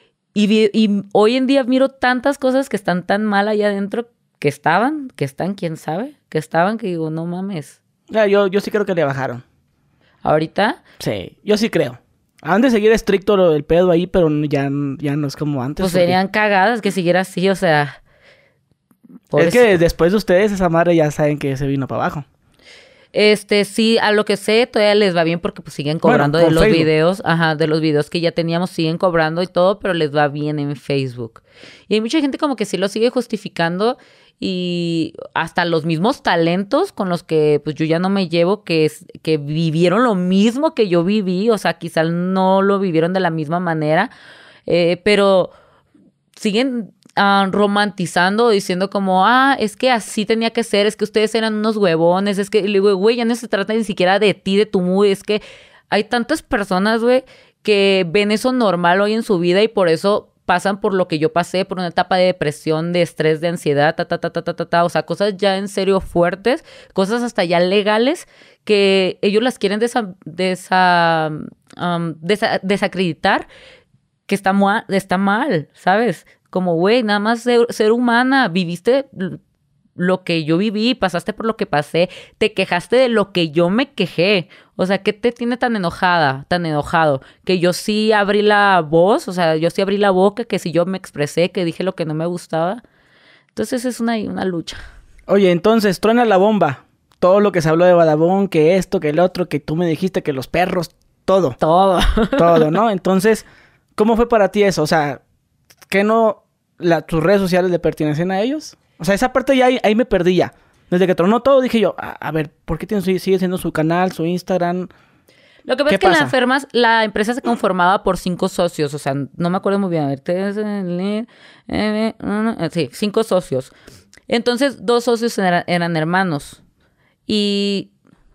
y hoy en día miro tantas cosas que están tan mal allá adentro, que están, quién sabe, que digo, no mames. Ya, yo sí creo que le bajaron. ¿Ahorita? Sí, yo sí creo. Han de seguir estricto el pedo ahí, pero ya no es como antes. Pues serían cagadas que siguiera así, o sea... Es que después de ustedes, esa madre ya saben que se vino para abajo. Sí, a lo que sé, todavía les va bien porque pues siguen cobrando de los Facebook. Videos. Ajá, de los videos que ya teníamos, siguen cobrando y todo, pero les va bien en Facebook. Y hay mucha gente como que sí lo sigue justificando y hasta los mismos talentos con los que pues yo ya no me llevo, que vivieron lo mismo que yo viví, o sea, quizás no lo vivieron de la misma manera, pero siguen... romantizando, diciendo como, es que así tenía que ser, es que ustedes eran unos huevones, es que, le digo, güey, ya no se trata ni siquiera de ti, de tu mood, es que hay tantas personas, güey, que ven eso normal hoy en su vida y por eso pasan por lo que yo pasé, por una etapa de depresión, de estrés, de ansiedad, o sea, cosas ya en serio fuertes, cosas hasta ya legales, que ellos las quieren desacreditar, que está mal, ¿sabes? Como, güey, nada más ser humana, viviste lo que yo viví, pasaste por lo que pasé, te quejaste de lo que yo me quejé. O sea, ¿qué te tiene tan enojado? Que yo sí abrí la voz, o sea, yo sí abrí la boca, que si yo me expresé, que dije lo que no me gustaba. Entonces es una lucha. Oye, entonces, truena la bomba. Todo lo que se habló de Badabun, que esto, que el otro, que tú me dijiste, que los perros, todo. Todo, ¿no? Entonces, ¿cómo fue para ti eso? O sea... ¿Que no tus redes sociales le pertenecen a ellos? O sea, esa parte ya ahí me perdí ya. Desde que tronó todo dije yo, a ver, ¿por qué sigue siendo su canal, su Instagram? Lo que pasa ¿Qué es que pasa? la empresa se conformaba por 5 socios, o sea, no me acuerdo muy bien. A ver, sí, 5 socios. Entonces, 2 socios eran hermanos. Y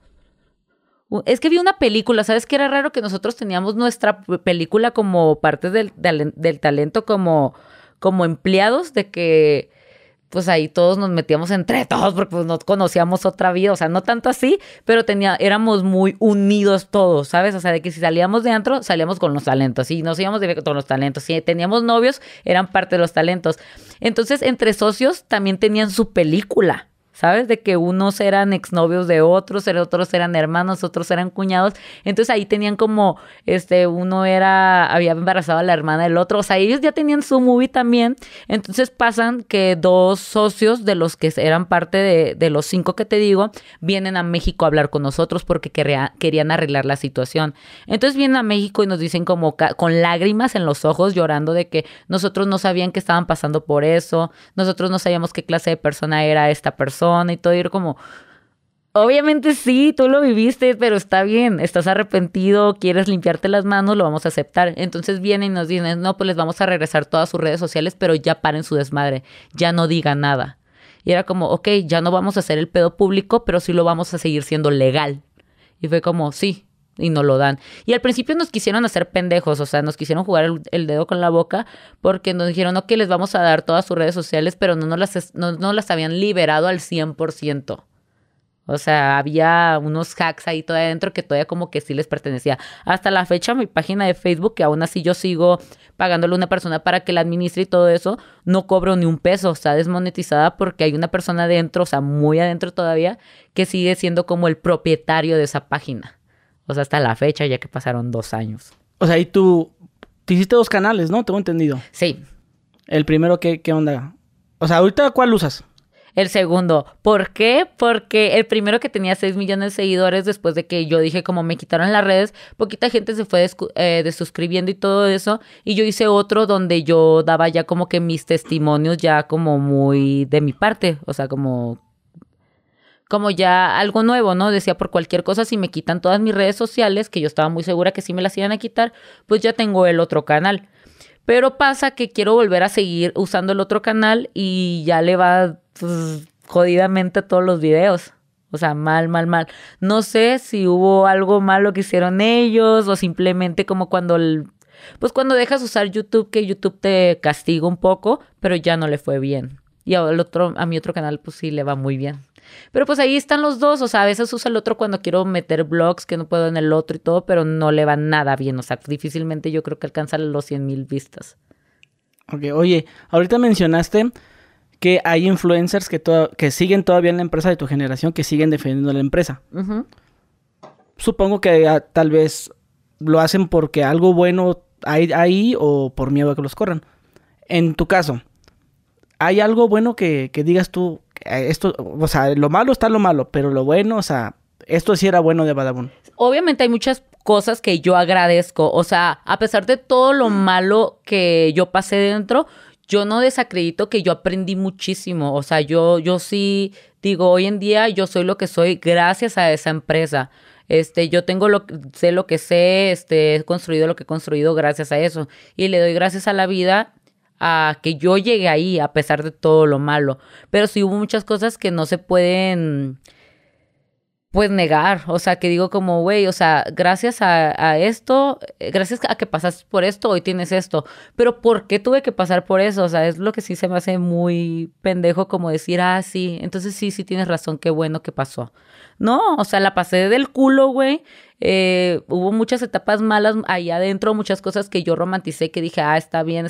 es que vi una película, ¿sabes qué era raro? Que nosotros teníamos nuestra película como parte del talento, como empleados, de que pues ahí todos nos metíamos entre todos porque pues no conocíamos otra vida, o sea, no tanto así, pero éramos muy unidos todos, ¿sabes? O sea, de que si salíamos de antro, salíamos con los talentos, y nos íbamos de viaje con los talentos, si teníamos novios, eran parte de los talentos. Entonces, entre socios también tenían su película. ¿Sabes? De que unos eran exnovios de otros eran hermanos, otros eran cuñados. Entonces ahí tenían como, había embarazado a la hermana del otro. O sea, ellos ya tenían su movie también. Entonces pasan que 2 socios de los que eran parte de los 5 que te digo, vienen a México a hablar con nosotros porque querían arreglar la situación. Entonces vienen a México y nos dicen como con lágrimas en los ojos, llorando de que nosotros no sabían que estaban pasando por eso. Nosotros no sabíamos qué clase de persona era esta persona. Y todo, y era como, obviamente sí, tú lo viviste, pero está bien, estás arrepentido, quieres limpiarte las manos, lo vamos a aceptar. Entonces vienen y nos dicen, no, pues les vamos a regresar todas sus redes sociales, pero ya paren su desmadre, ya no digan nada. Y era como, ok, ya no vamos a hacer el pedo público, pero sí lo vamos a seguir siendo legal. Y fue como, sí, y no lo dan. Y al principio nos quisieron hacer pendejos, o sea, nos quisieron jugar el dedo con la boca porque nos dijeron, ok, les vamos a dar todas sus redes sociales, pero no las habían liberado al 100%. O sea, había unos hacks ahí todavía adentro que todavía como que sí les pertenecía. Hasta la fecha, mi página de Facebook, que aún así yo sigo pagándole a una persona para que la administre y todo eso, no cobro ni un peso. Está desmonetizada porque hay una persona adentro, o sea, muy adentro todavía, que sigue siendo como el propietario de esa página. O sea, hasta la fecha, ya que pasaron 2 años. O sea, y tú te hiciste 2 canales, ¿no? Tengo entendido. Sí. El primero, ¿qué onda? O sea, ¿ahorita cuál usas? El segundo. ¿Por qué? Porque el primero que tenía 6 millones de seguidores, después de que yo dije como me quitaron las redes, poquita gente se fue desuscribiendo y todo eso. Y yo hice otro donde yo daba ya como que mis testimonios ya como muy de mi parte. O sea, como ya algo nuevo, ¿no? Decía, por cualquier cosa, si me quitan todas mis redes sociales, que yo estaba muy segura que sí me las iban a quitar, pues ya tengo el otro canal. Pero pasa que quiero volver a seguir usando el otro canal y ya le va pues, jodidamente a todos los videos. O sea, mal. No sé si hubo algo malo que hicieron ellos o simplemente como cuando cuando dejas usar YouTube, que YouTube te castiga un poco, pero ya no le fue bien. Y a mi otro canal pues sí le va muy bien. Pero pues ahí están los dos, o sea, a veces uso el otro cuando quiero meter vlogs que no puedo en el otro y todo, pero no le va nada bien, o sea, difícilmente yo creo que alcanza los 100,000 vistas. Ok, oye, ahorita mencionaste que hay influencers que siguen todavía en la empresa de tu generación, que siguen defendiendo la empresa. Uh-huh. Supongo que tal vez lo hacen porque algo bueno hay ahí o por miedo a que los corran. En tu caso, ¿hay algo bueno que digas tú, esto, o sea, lo malo está lo malo, pero lo bueno, o sea, esto sí era bueno de Badabun? Obviamente hay muchas cosas que yo agradezco, o sea, a pesar de todo lo malo que yo pasé dentro, yo no desacredito que yo aprendí muchísimo, o sea, yo sí digo, hoy en día yo soy lo que soy gracias a esa empresa. Yo sé lo que sé, he construido lo que he construido gracias a eso, y le doy gracias a la vida a que yo llegué ahí a pesar de todo lo malo. Pero sí hubo muchas cosas que no se pueden pues negar, o sea, que digo como, güey, o sea, gracias a esto, gracias a que pasaste por esto, hoy tienes esto, pero ¿por qué tuve que pasar por eso? O sea, es lo que sí se me hace muy pendejo como decir, sí, entonces sí tienes razón, qué bueno que pasó. No, o sea, la pasé del culo, güey, hubo muchas etapas malas ahí adentro, muchas cosas que yo romanticé, que dije, está bien,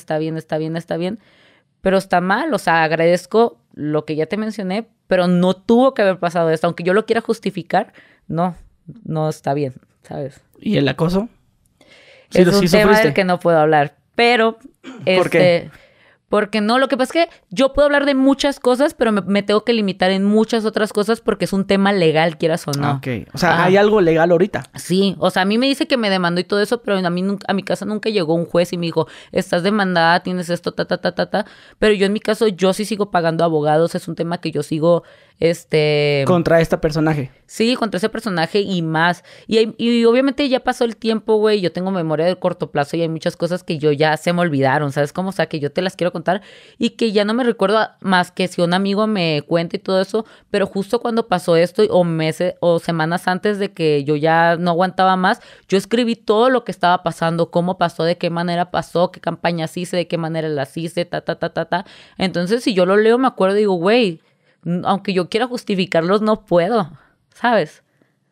pero está mal, o sea, agradezco lo que ya te mencioné, pero no tuvo que haber pasado esto, aunque yo lo quiera justificar, no está bien, ¿sabes? ¿Y el acoso? Es un tema del que no puedo hablar, pero ¿Por qué? Porque no, lo que pasa es que yo puedo hablar de muchas cosas, pero me tengo que limitar en muchas otras cosas porque es un tema legal, quieras o no. Ok, o sea, ¿hay algo legal ahorita? Sí, o sea, a mí me dice que me demandó y todo eso, pero a mi casa nunca llegó un juez y me dijo, estás demandada, tienes esto, pero yo en mi caso, yo sí sigo pagando abogados, es un tema que yo sigo Contra este personaje. Sí, contra ese personaje y más. Y obviamente ya pasó el tiempo, güey. Yo tengo memoria de corto plazo y hay muchas cosas que yo ya se me olvidaron, ¿sabes cómo? O sea, que yo te las quiero contar y que ya no me recuerdo más que si un amigo me cuenta y todo eso. Pero justo cuando pasó esto, o meses o semanas antes de que yo ya no aguantaba más, yo escribí todo lo que estaba pasando, cómo pasó, de qué manera pasó, qué campañas hice, de qué manera las hice, ta. Entonces, si yo lo leo, me acuerdo y digo, güey, aunque yo quiera justificarlos, no puedo, ¿sabes?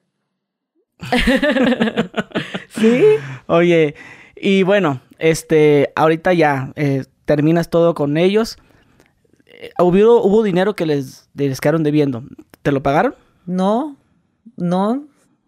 ¿Sí? Oye, y bueno, ahorita ya terminas todo con ellos. ¿Hubo dinero que les quedaron debiendo? ¿Te lo pagaron? No. ¿No?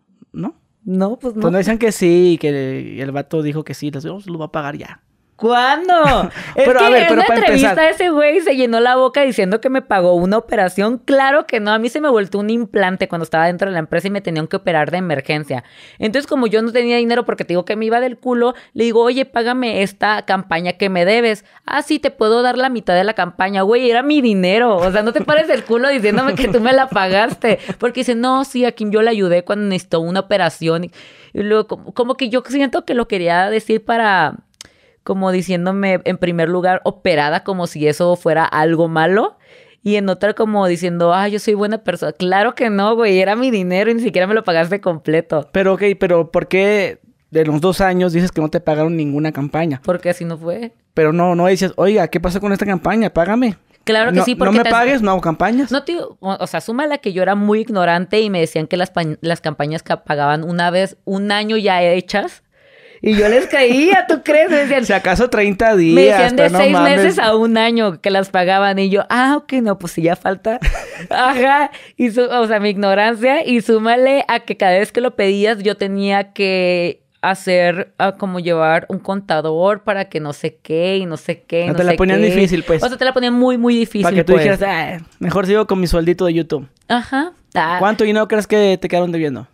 No, pues no. Pues no decían que sí, que el vato dijo que sí, les digo, lo va a pagar ya. ¿Cuándo? Es pero, que a ver, en pero una para entrevista empezar, ese güey se llenó la boca diciendo que me pagó una operación. Claro que no. A mí se me volteó un implante cuando estaba dentro de la empresa y me tenían que operar de emergencia. Entonces, como yo no tenía dinero porque te digo que me iba del culo, le digo, oye, págame esta campaña que me debes. Ah, sí, te puedo dar la mitad de la campaña. Güey, era mi dinero. O sea, no te pares el culo diciéndome que tú me la pagaste. Porque dice, no, sí, a quien yo le ayudé cuando necesitó una operación. Y luego, como que yo siento que lo quería decir para... como diciéndome en primer lugar operada como si eso fuera algo malo y en otra como diciendo, yo soy buena persona. Claro que no, güey, era mi dinero y ni siquiera me lo pagaste completo. Pero pero ¿por qué de los 2 años dices que no te pagaron ninguna campaña? Porque así no fue. Pero no dices, oiga, ¿qué pasó con esta campaña? Págame. Claro que sí, porque... No me pagues, no hago campañas. No, tío, o sea, súmala que yo era muy ignorante y me decían que las campañas que pagaban una vez, un año ya hechas. Y yo les creía, ¿tú crees? Me decían... Si acaso 30 días. Me decían de no 6 mames. meses a un año que las pagaban. Y yo, ok, no, pues si ya falta. Ajá. Y o sea, mi ignorancia. Y súmale a que cada vez que lo pedías yo tenía que hacer como llevar un contador para que no sé qué y no sé qué. No te la ponían difícil, pues. O sea, te la ponían muy, muy difícil, para que tú pues. dijeras, mejor sigo con mi sueldito de YouTube. Ajá. ¿Cuánto dinero crees que te quedaron debiendo?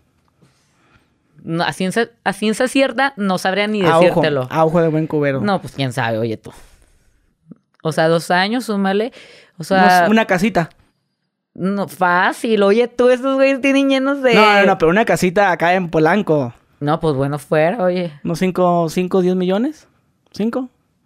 No, a ciencia cierta no sabría ni decírtelo. A ojo de buen cubero. No, pues quién sabe, oye tú. O sea, 2 años, súmale. O sea... una casita. No, fácil. Oye tú, estos güeyes tienen llenos de... No, pero una casita acá en Polanco. No, pues bueno, fuera, oye. ¿Unos 10 millones? ¿5?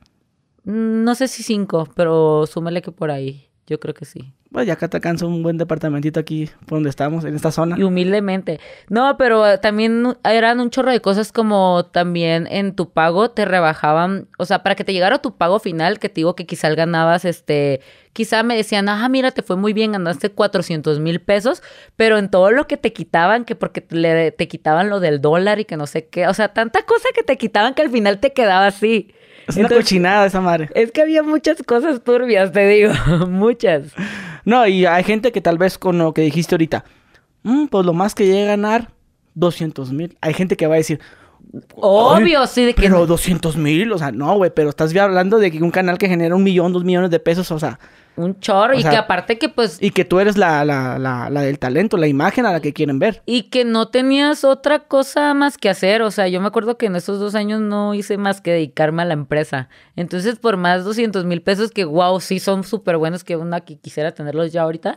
No sé si 5, pero súmale que por ahí. Yo creo que sí. Pues ya acá te alcanza un buen departamentito aquí por donde estamos, en esta zona. Y humildemente. No, pero también eran un chorro de cosas como también en tu pago te rebajaban. O sea, para que te llegara tu pago final, que te digo que quizá ganabas, quizá me decían, mira, te fue muy bien, ganaste 400,000 pesos, pero en todo lo que te quitaban, que porque te quitaban lo del dólar y que no sé qué. O sea, tanta cosa que te quitaban que al final te quedaba así. Es una cochinada esa madre. Es que había muchas cosas turbias, te digo. Muchas. No, y hay gente que tal vez con lo que dijiste ahorita, pues lo más que llegue a ganar, 200,000. Hay gente que va a decir... Obvio, sí, de que... Pero 200,000, o sea, no, güey, pero estás hablando de que un canal que genera 1 millón, 2 millones de pesos, o sea... Un chorro, y que aparte que pues... Y que tú eres la del talento, la imagen a la que quieren ver. Y que no tenías otra cosa más que hacer, o sea, yo me acuerdo que en esos 2 años no hice más que dedicarme a la empresa. Entonces, por más 200,000 pesos, que wow, sí son súper buenos, que una que quisiera tenerlos ya ahorita,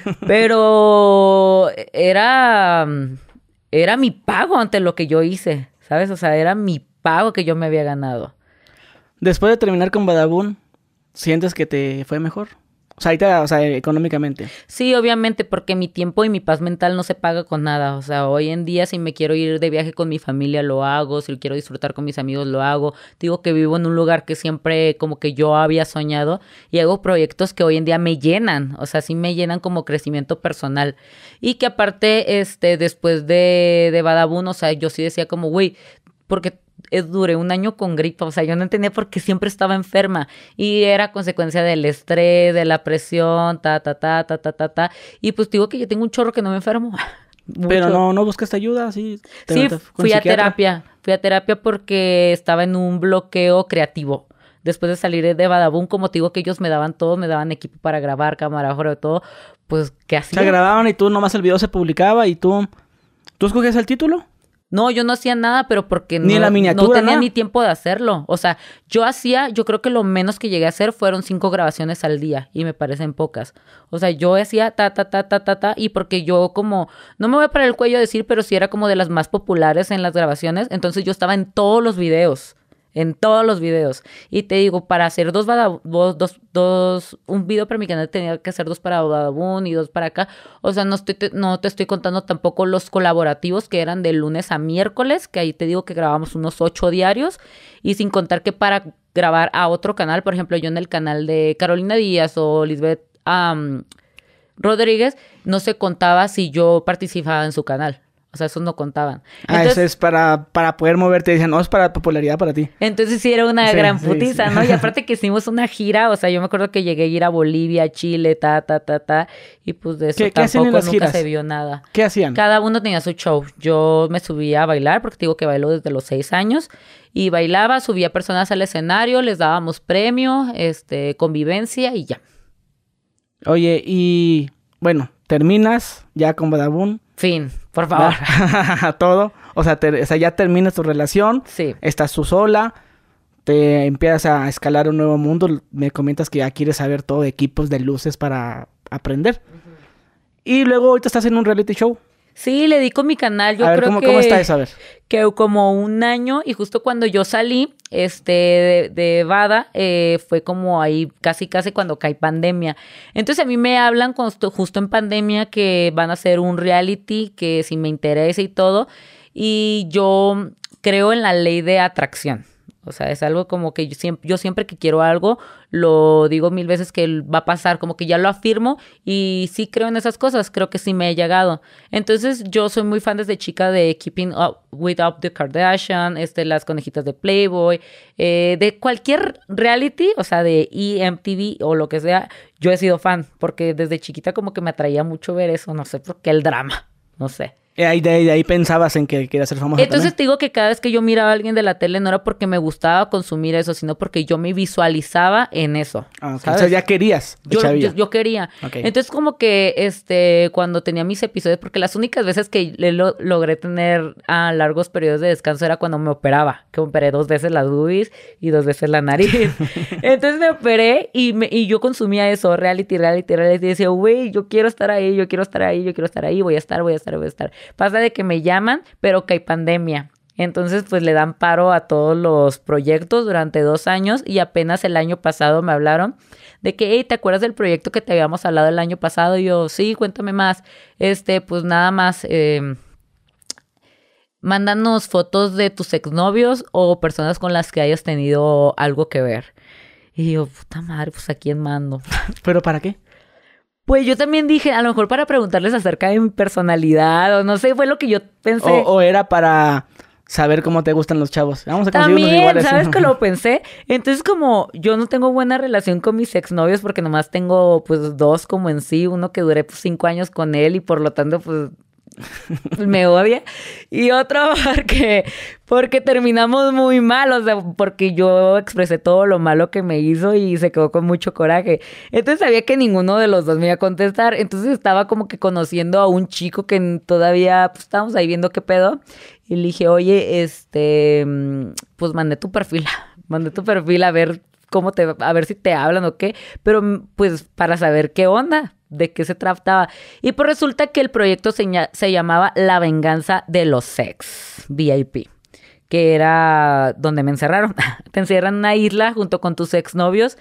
pero era mi pago ante lo que yo hice, ¿sabes? O sea, era mi pago que yo me había ganado. Después de terminar con Badabun, ¿sientes que te fue mejor? O sea, ahorita, económicamente. Sí, obviamente, porque mi tiempo y mi paz mental no se paga con nada. O sea, hoy en día si me quiero ir de viaje con mi familia, lo hago. Si quiero disfrutar con mis amigos, lo hago. Digo que vivo en un lugar que siempre como que yo había soñado y hago proyectos que hoy en día me llenan. O sea, sí me llenan como crecimiento personal. Y que aparte, después de Badabun, o sea, yo sí decía como, güey, porque... duré 1 año con gripa, o sea, yo no entendía por qué siempre estaba enferma y era consecuencia del estrés, de la presión, y pues digo que yo tengo un chorro que no me enfermo. Pero no buscaste ayuda, sí. Sí, fui a terapia porque estaba en un bloqueo creativo. Después de salir de Badabun, como te digo que ellos me daban todo, me daban equipo para grabar, camarógrafo, todo, pues, ¿qué hacía? O sea, grababan y tú nomás el video se publicaba y tú escogías el título. No, yo no hacía nada, pero porque Ni la miniatura, no tenía ¿no? ni tiempo de hacerlo. O sea, yo creo que lo menos que llegué a hacer fueron 5 grabaciones al día y me parecen pocas. O sea, yo hacía y porque yo como, no me voy a parar el cuello a decir, pero sí era como de las más populares en las grabaciones. Entonces yo estaba en todos los videos. En todos los videos. Y te digo, para hacer un video para mi canal tenía que hacer 2 para Badabun y 2 para acá. O sea, no te estoy contando tampoco los colaborativos que eran de lunes a miércoles, que ahí te digo que grabamos unos 8 diarios. Y sin contar que para grabar a otro canal, por ejemplo, yo en el canal de Carolina Díaz o Lisbeth Rodríguez, no se contaba si yo participaba en su canal. O sea, esos no contaban. Entonces, eso es para poder moverte. Dicen, no, es para popularidad para ti. Entonces sí era una gran putiza, ¿no? Y aparte que hicimos una gira, o sea, yo me acuerdo que llegué a ir a Bolivia, Chile, y pues de eso tampoco nunca giras? Se vio nada. ¿Qué hacían? Cada uno tenía su show. Yo me subía a bailar, porque te digo que bailo desde los 6 años, y bailaba, subía personas al escenario, les dábamos premio, convivencia y ya. Oye, y bueno, terminas ya con Badabun. Fin, por favor. Todo. O sea, ya terminas tu relación. Sí. Estás tú sola. Te empiezas a escalar un nuevo mundo. Me comentas que ya quieres saber todo de equipos, de luces para aprender. Uh-huh. Y luego ahorita estás en un reality show. Sí, le di con mi canal. Yo creo ¿cómo está eso? A ver. Que como un año, y justo cuando yo salí de Bada, fue como ahí casi cuando cae pandemia. Entonces a mí me hablan justo en pandemia que van a hacer un reality, que si me interesa y todo. Y yo creo en la ley de atracción. O sea, es algo como que yo siempre que quiero algo, lo digo 1000 veces que va a pasar, como que ya lo afirmo y sí creo en esas cosas, creo que sí me he llegado. Entonces, yo soy muy fan desde chica de Keeping Up with the Kardashian, las conejitas de Playboy, de cualquier reality, o sea, de MTV o lo que sea, yo he sido fan, porque desde chiquita como que me atraía mucho ver eso, no sé por qué el drama, no sé. De ahí pensabas en que querías ser famosa. Entonces también. te digo que cada vez que yo miraba a alguien de la tele no era porque me gustaba consumir eso, sino porque yo me visualizaba en eso. Ah, okay. O sea, ya querías. Yo quería. Okay. Entonces como que cuando tenía mis episodios, porque las únicas veces que logré tener largos periodos de descanso era cuando me operaba, que me operé 2 veces las boobies y 2 veces la nariz. Entonces me operé y yo consumía eso, reality, y decía, güey, yo quiero estar ahí, voy a estar. Pasa de que me llaman, pero que hay pandemia. Entonces, pues le dan paro a todos los proyectos durante 2 años y apenas el año pasado me hablaron de que, hey, ¿te acuerdas del proyecto que te habíamos hablado el año pasado? Y yo, sí, cuéntame más. Pues nada más, mándanos fotos de tus exnovios o personas con las que hayas tenido algo que ver. Y yo, puta madre, pues ¿a quién mando? ¿Pero para qué? Pues yo también dije, a lo mejor para preguntarles acerca de mi personalidad, o no sé, fue lo que yo pensé. O era para saber cómo te gustan los chavos. Vamos a conseguir unos iguales. ¿Sabes que lo pensé? Entonces, como yo no tengo buena relación con mis exnovios, porque nomás tengo, pues, 2 como en sí, uno que duré, pues, 5 años con él y por lo tanto, pues, me odia. Y otro porque terminamos muy mal, o sea, porque yo expresé todo lo malo que me hizo y se quedó con mucho coraje. Entonces sabía que ninguno de los dos me iba a contestar. Entonces estaba como que conociendo a un chico que todavía, pues, estábamos ahí viendo qué pedo. Y le dije, oye, pues mandé tu perfil a ver a ver si te hablan o qué, pero pues para saber qué onda, de qué se trataba. Y pues resulta que el proyecto se llamaba La Venganza de los Sex VIP, que era donde me encerraron. Te encierran en una isla junto con tus exnovios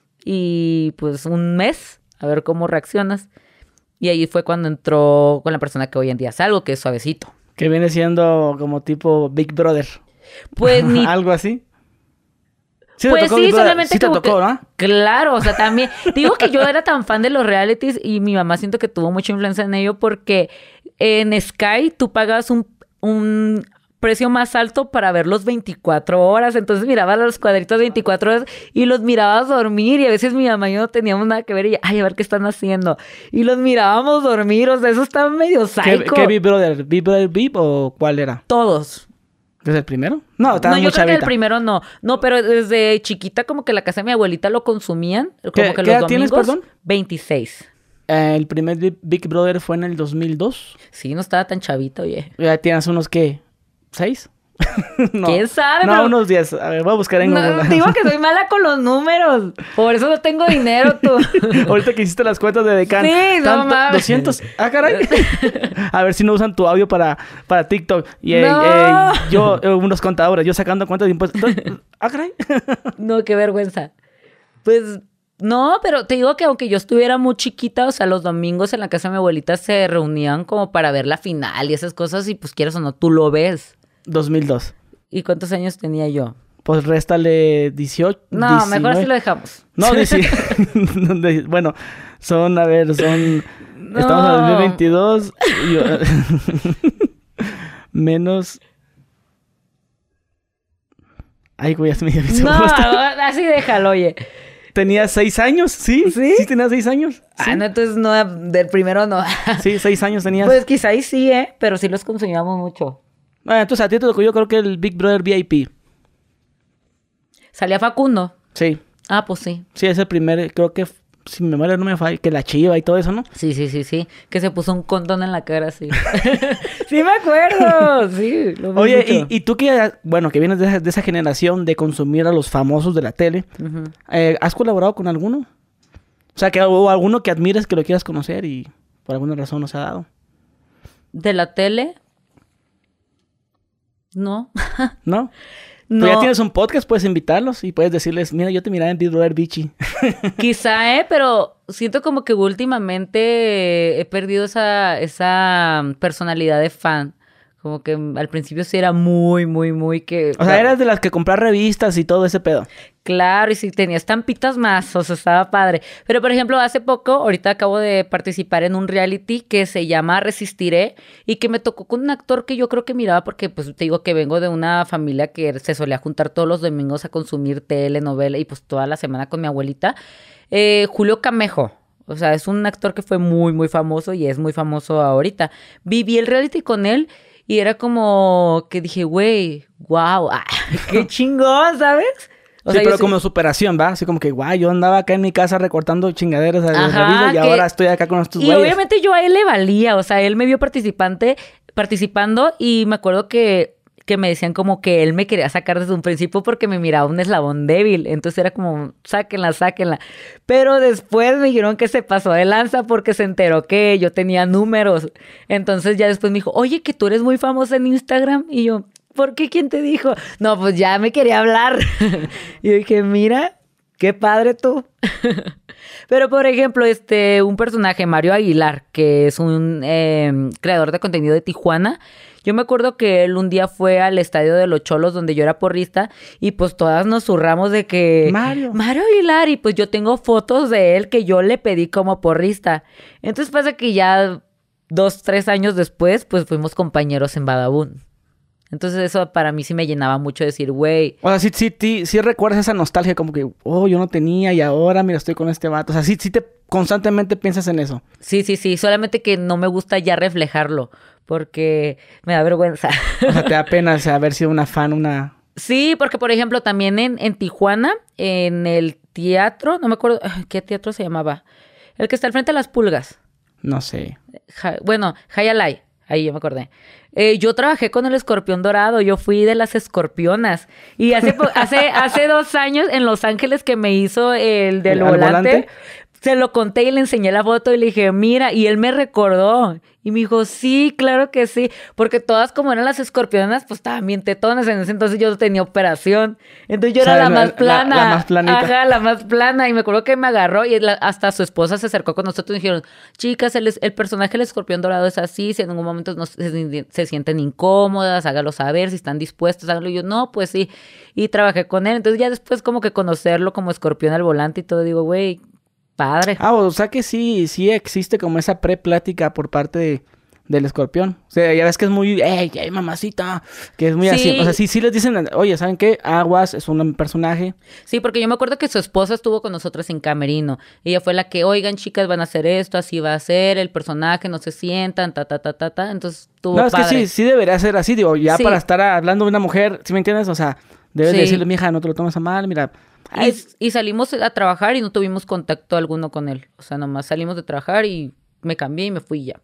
y pues un mes, a ver cómo reaccionas. Y ahí fue cuando entró con la persona que hoy en día salgo, que es Suavecito. Que viene siendo como tipo Big Brother. Pues ni... ¿Algo así? Sí, pues sí, solamente sí te tocó, ¿no? Claro, o sea, también... Digo que yo era tan fan de los realities y mi mamá siento que tuvo mucha influencia en ello porque en Sky tú pagabas un precio más alto para verlos 24 horas. Entonces miraba los cuadritos 24 horas y los mirabas dormir y a veces mi mamá y yo no teníamos nada que ver y ay, a ver qué están haciendo. Y los mirábamos dormir, o sea, eso estaba medio psycho. ¿Qué Big Brother? ¿Big Brother VIP o cuál era? Todos. ¿Desde el primero? No, estaba muy yo creo chavita. que el primero no. No, pero desde chiquita como que la casa de mi abuelita lo consumían. Como que ¿Qué los edad domingos, tienes, perdón? 26. El primer Big Brother fue en el 2002. Sí, no estaba tan chavito, oye. Ya tienes unos, ¿qué? ¿6? No. ¿Quién sabe? No, Pero... unos 10. A ver, voy a buscar en No, Google. digo que soy mala con los números. Por eso no tengo dinero, tú. Ahorita que hiciste las cuentas de Decán. Sí, no mames. 200. Ah, caray. A ver si no usan tu audio para TikTok. Y No. yo, unos contadores, yo sacando cuentas de impuestos. Ah, caray. No, qué vergüenza. Pues no, pero te digo que aunque yo estuviera muy chiquita, o sea, los domingos en la casa de mi abuelita se reunían como para ver la final y esas cosas y pues quieres o no, tú lo ves. 2002. ¿Y cuántos años tenía yo? Pues réstale 18. No, 19. mejor así lo dejamos. No, bueno, a ver, son... No. Estamos en 2022. Menos... Ay, güey, ya se me dio No, así déjalo, oye. Tenía 6 años, ¿sí? ¿Sí? Sí, tenía 6 años. Sí. Ah, no, entonces no, del primero no. Sí, 6 años tenías. Pues quizá ahí sí, pero sí los consumíamos mucho. Bueno, entonces a ti te tocó yo creo que el Big Brother VIP. ¿Salía Facundo? Sí. Ah, pues sí. Sí, es el primer, creo que, si mi memoria no me falla, que la chiva y todo eso, ¿no? Sí. Que se puso un condón en la cara, así. Sí me acuerdo, sí. Lo vi Oye, mucho. y tú que, bueno, que vienes de esa generación de consumir a los famosos de la tele, Ujú. ¿has colaborado con alguno? O sea, que o alguno que admires que lo quieras conocer y por alguna razón no se ha dado. ¿De la tele? No. ¿No? No. Tú ya tienes un podcast, puedes invitarlos y puedes decirles, mira, yo te miraba en Big Brother Bichi. Quizá, pero siento como que últimamente he perdido esa personalidad de fan. Como que al principio sí era muy que... O sea, eras de las que comprar revistas y todo ese pedo. Claro, y si tenía estampitas más, o sea, estaba padre. Pero, por ejemplo, hace poco, ahorita acabo de participar en un reality que se llama Resistiré y que me tocó con un actor que yo creo que miraba porque, pues, te digo que vengo de una familia que se solía juntar todos los domingos a consumir telenovela y, pues, toda la semana con mi abuelita. Julio Camejo. O sea, es un actor que fue muy famoso y es muy famoso ahorita. Viví el reality con él y era como que dije, güey, wow, qué chingón, ¿sabes? O Sí, sea, pero yo como superación, ¿va? Así como que, guay, yo andaba acá en mi casa recortando chingaderas de Ajá, revista y que- ahora estoy acá con estos Y güeyes. obviamente yo a él le valía, o sea, él me vio participando y me acuerdo que me decían como que él me quería sacar desde un principio porque me miraba un eslabón débil. Entonces era como, sáquenla. Pero después me dijeron que se pasó de lanza porque se enteró que yo tenía números. Entonces ya después me dijo, oye, que tú eres muy famosa en Instagram. Y yo, ¿por qué? ¿Quién te dijo? No, pues ya me quería hablar. Y yo dije, mira, qué padre tú. Pero, por ejemplo, un personaje, Mario Aguilar, que es un creador de contenido de Tijuana. Yo me acuerdo que él un día fue al estadio de los Cholos, donde yo era porrista, y pues todas nos zurramos de que... Mario Aguilar, y pues yo tengo fotos de él que yo le pedí como porrista. Entonces pasa que ya 2, 3 años después, pues fuimos compañeros en Badabun. Entonces eso para mí sí me llenaba mucho decir, güey... O sea, sí recuerdas esa nostalgia como que, oh, yo no tenía y ahora, mira, estoy con este vato. O sea, sí te constantemente piensas en eso. Sí, solamente que no me gusta ya reflejarlo, porque me da vergüenza. O sea, te da pena, o sea, haber sido una fan, una... Sí, porque por ejemplo también en Tijuana, en el teatro, no me acuerdo, ¿qué teatro se llamaba? El que está al frente de las Pulgas. No sé. Hayalay, ahí yo me acordé. Yo trabajé con el Escorpión Dorado, yo fui de las escorpionas. Y hace 2 años en Los Ángeles que me hizo el del ¿Al volante? se lo conté y le enseñé la foto y le dije, mira, y él me recordó. Y me dijo, sí, claro que sí. Porque todas como eran las escorpionas, pues estaban bien tetonas. En ese entonces yo tenía operación. Entonces yo O sea, era la más plana. la más planita. Ajá, la más plana. Y me acuerdo que me agarró y hasta su esposa se acercó con nosotros y dijeron, chicas, el personaje del Escorpión Dorado es así. Si en algún momento se sienten incómodas, hágalo saber. Si están dispuestos, háganlo. Y yo, no, pues sí. Y trabajé con él. Entonces ya después como que conocerlo como escorpión al volante y todo, digo, güey, padre. O sea que sí existe como esa pre-plática por parte del escorpión. O sea, ya ves que es muy, ¡ey, mamacita! Que es muy Sí. así. O sea, sí les dicen, oye, ¿saben qué? Aguas es un personaje. Sí, porque yo me acuerdo que su esposa estuvo con nosotras en camerino. Ella fue la que, oigan, chicas, van a hacer esto, así va a ser, el personaje, no se sientan, ta. Entonces, estuvo No, es que padre. sí debería ser así, digo, ya Sí. para estar hablando de una mujer, ¿sí me entiendes? O sea, debes de Sí. decirle, mija, no te lo tomes a mal, mira. Ay, Y salimos a trabajar y no tuvimos contacto alguno con él. O sea, nomás salimos de trabajar y me cambié y me fui ya.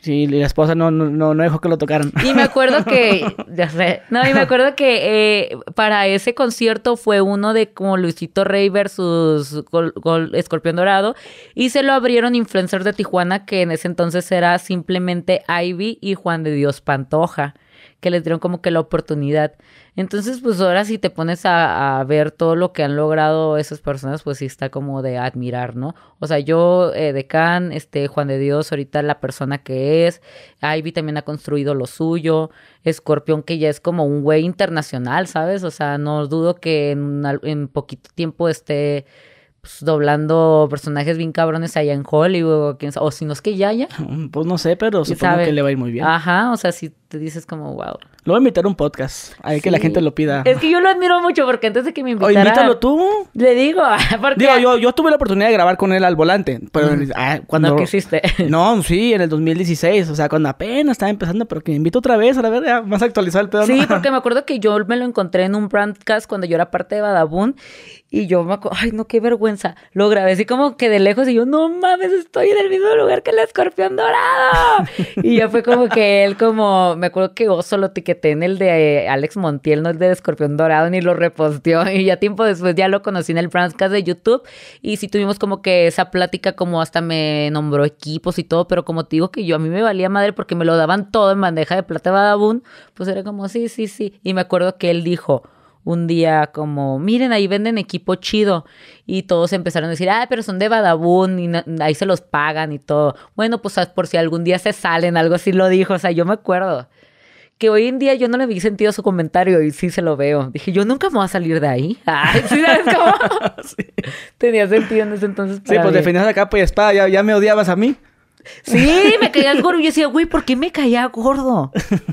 Sí, la esposa no dejó que lo tocaran. Y me acuerdo que, ya sé, no, y me acuerdo que para ese concierto fue uno de como Luisito Rey versus Escorpión Dorado, y se lo abrieron influencers de Tijuana, que en ese entonces era simplemente Ivy y Juan de Dios Pantoja, que les dieron como que la oportunidad. Entonces, pues ahora si te pones a ver todo lo que han logrado esas personas, pues sí está como de admirar, ¿no? O sea, yo, Decán, Juan de Dios, ahorita la persona que es, Ivy también ha construido lo suyo, Escorpión que ya es como un güey internacional, ¿sabes? O sea, no dudo que en poquito tiempo esté pues, doblando personajes bien cabrones allá en Hollywood, o si no es que ya. Pues no sé, pero supongo que le va a ir muy bien. Ajá, o sea, si te dices como, wow. Lo voy a invitar a un podcast, ahí que la gente lo pida. Es que yo lo admiro mucho porque antes de que me invitara... invítalo tú. Le digo, porque... Digo, yo tuve la oportunidad de grabar con él al volante, pero cuando... No quisiste. No, sí, en el 2016, o sea, cuando apenas estaba empezando, pero que me invito otra vez, a la verdad, más actualizado el pedo. Sí, ¿no? porque me acuerdo que yo me lo encontré en un broadcast cuando yo era parte de Badabun y yo me acuerdo, ay, no, qué vergüenza. Lo grabé así como que de lejos y yo, no mames, estoy en el mismo lugar que el Escorpión Dorado. Y ya fue como que él como, me acuerdo que Oso lo etiqueté en el de Alex Montiel, no el de Escorpión Dorado, ni lo reposteó. Y ya tiempo después ya lo conocí en el broadcast de YouTube y sí tuvimos como que esa plática, como hasta me nombró equipos y todo, pero como te digo que yo a mí me valía madre porque me lo daban todo en bandeja de plata de Badabun, pues era como sí. Y me acuerdo que él dijo un día como, miren, ahí venden equipo chido. Y todos empezaron a decir, pero son de Badabun y ahí se los pagan y todo. Bueno, pues por si algún día se salen, algo así lo dijo. O sea, yo me acuerdo que hoy en día yo no le vi sentido a su comentario y sí se lo veo. Dije, yo nunca me voy a salir de ahí. Ay, ¿sí sabes cómo? Sí. Tenía sentido en ese entonces para sí, pues mí. defendías a capa y espada, ya me odiabas a mí. Sí, me caías gordo. Y yo decía, güey, ¿por qué me caía gordo?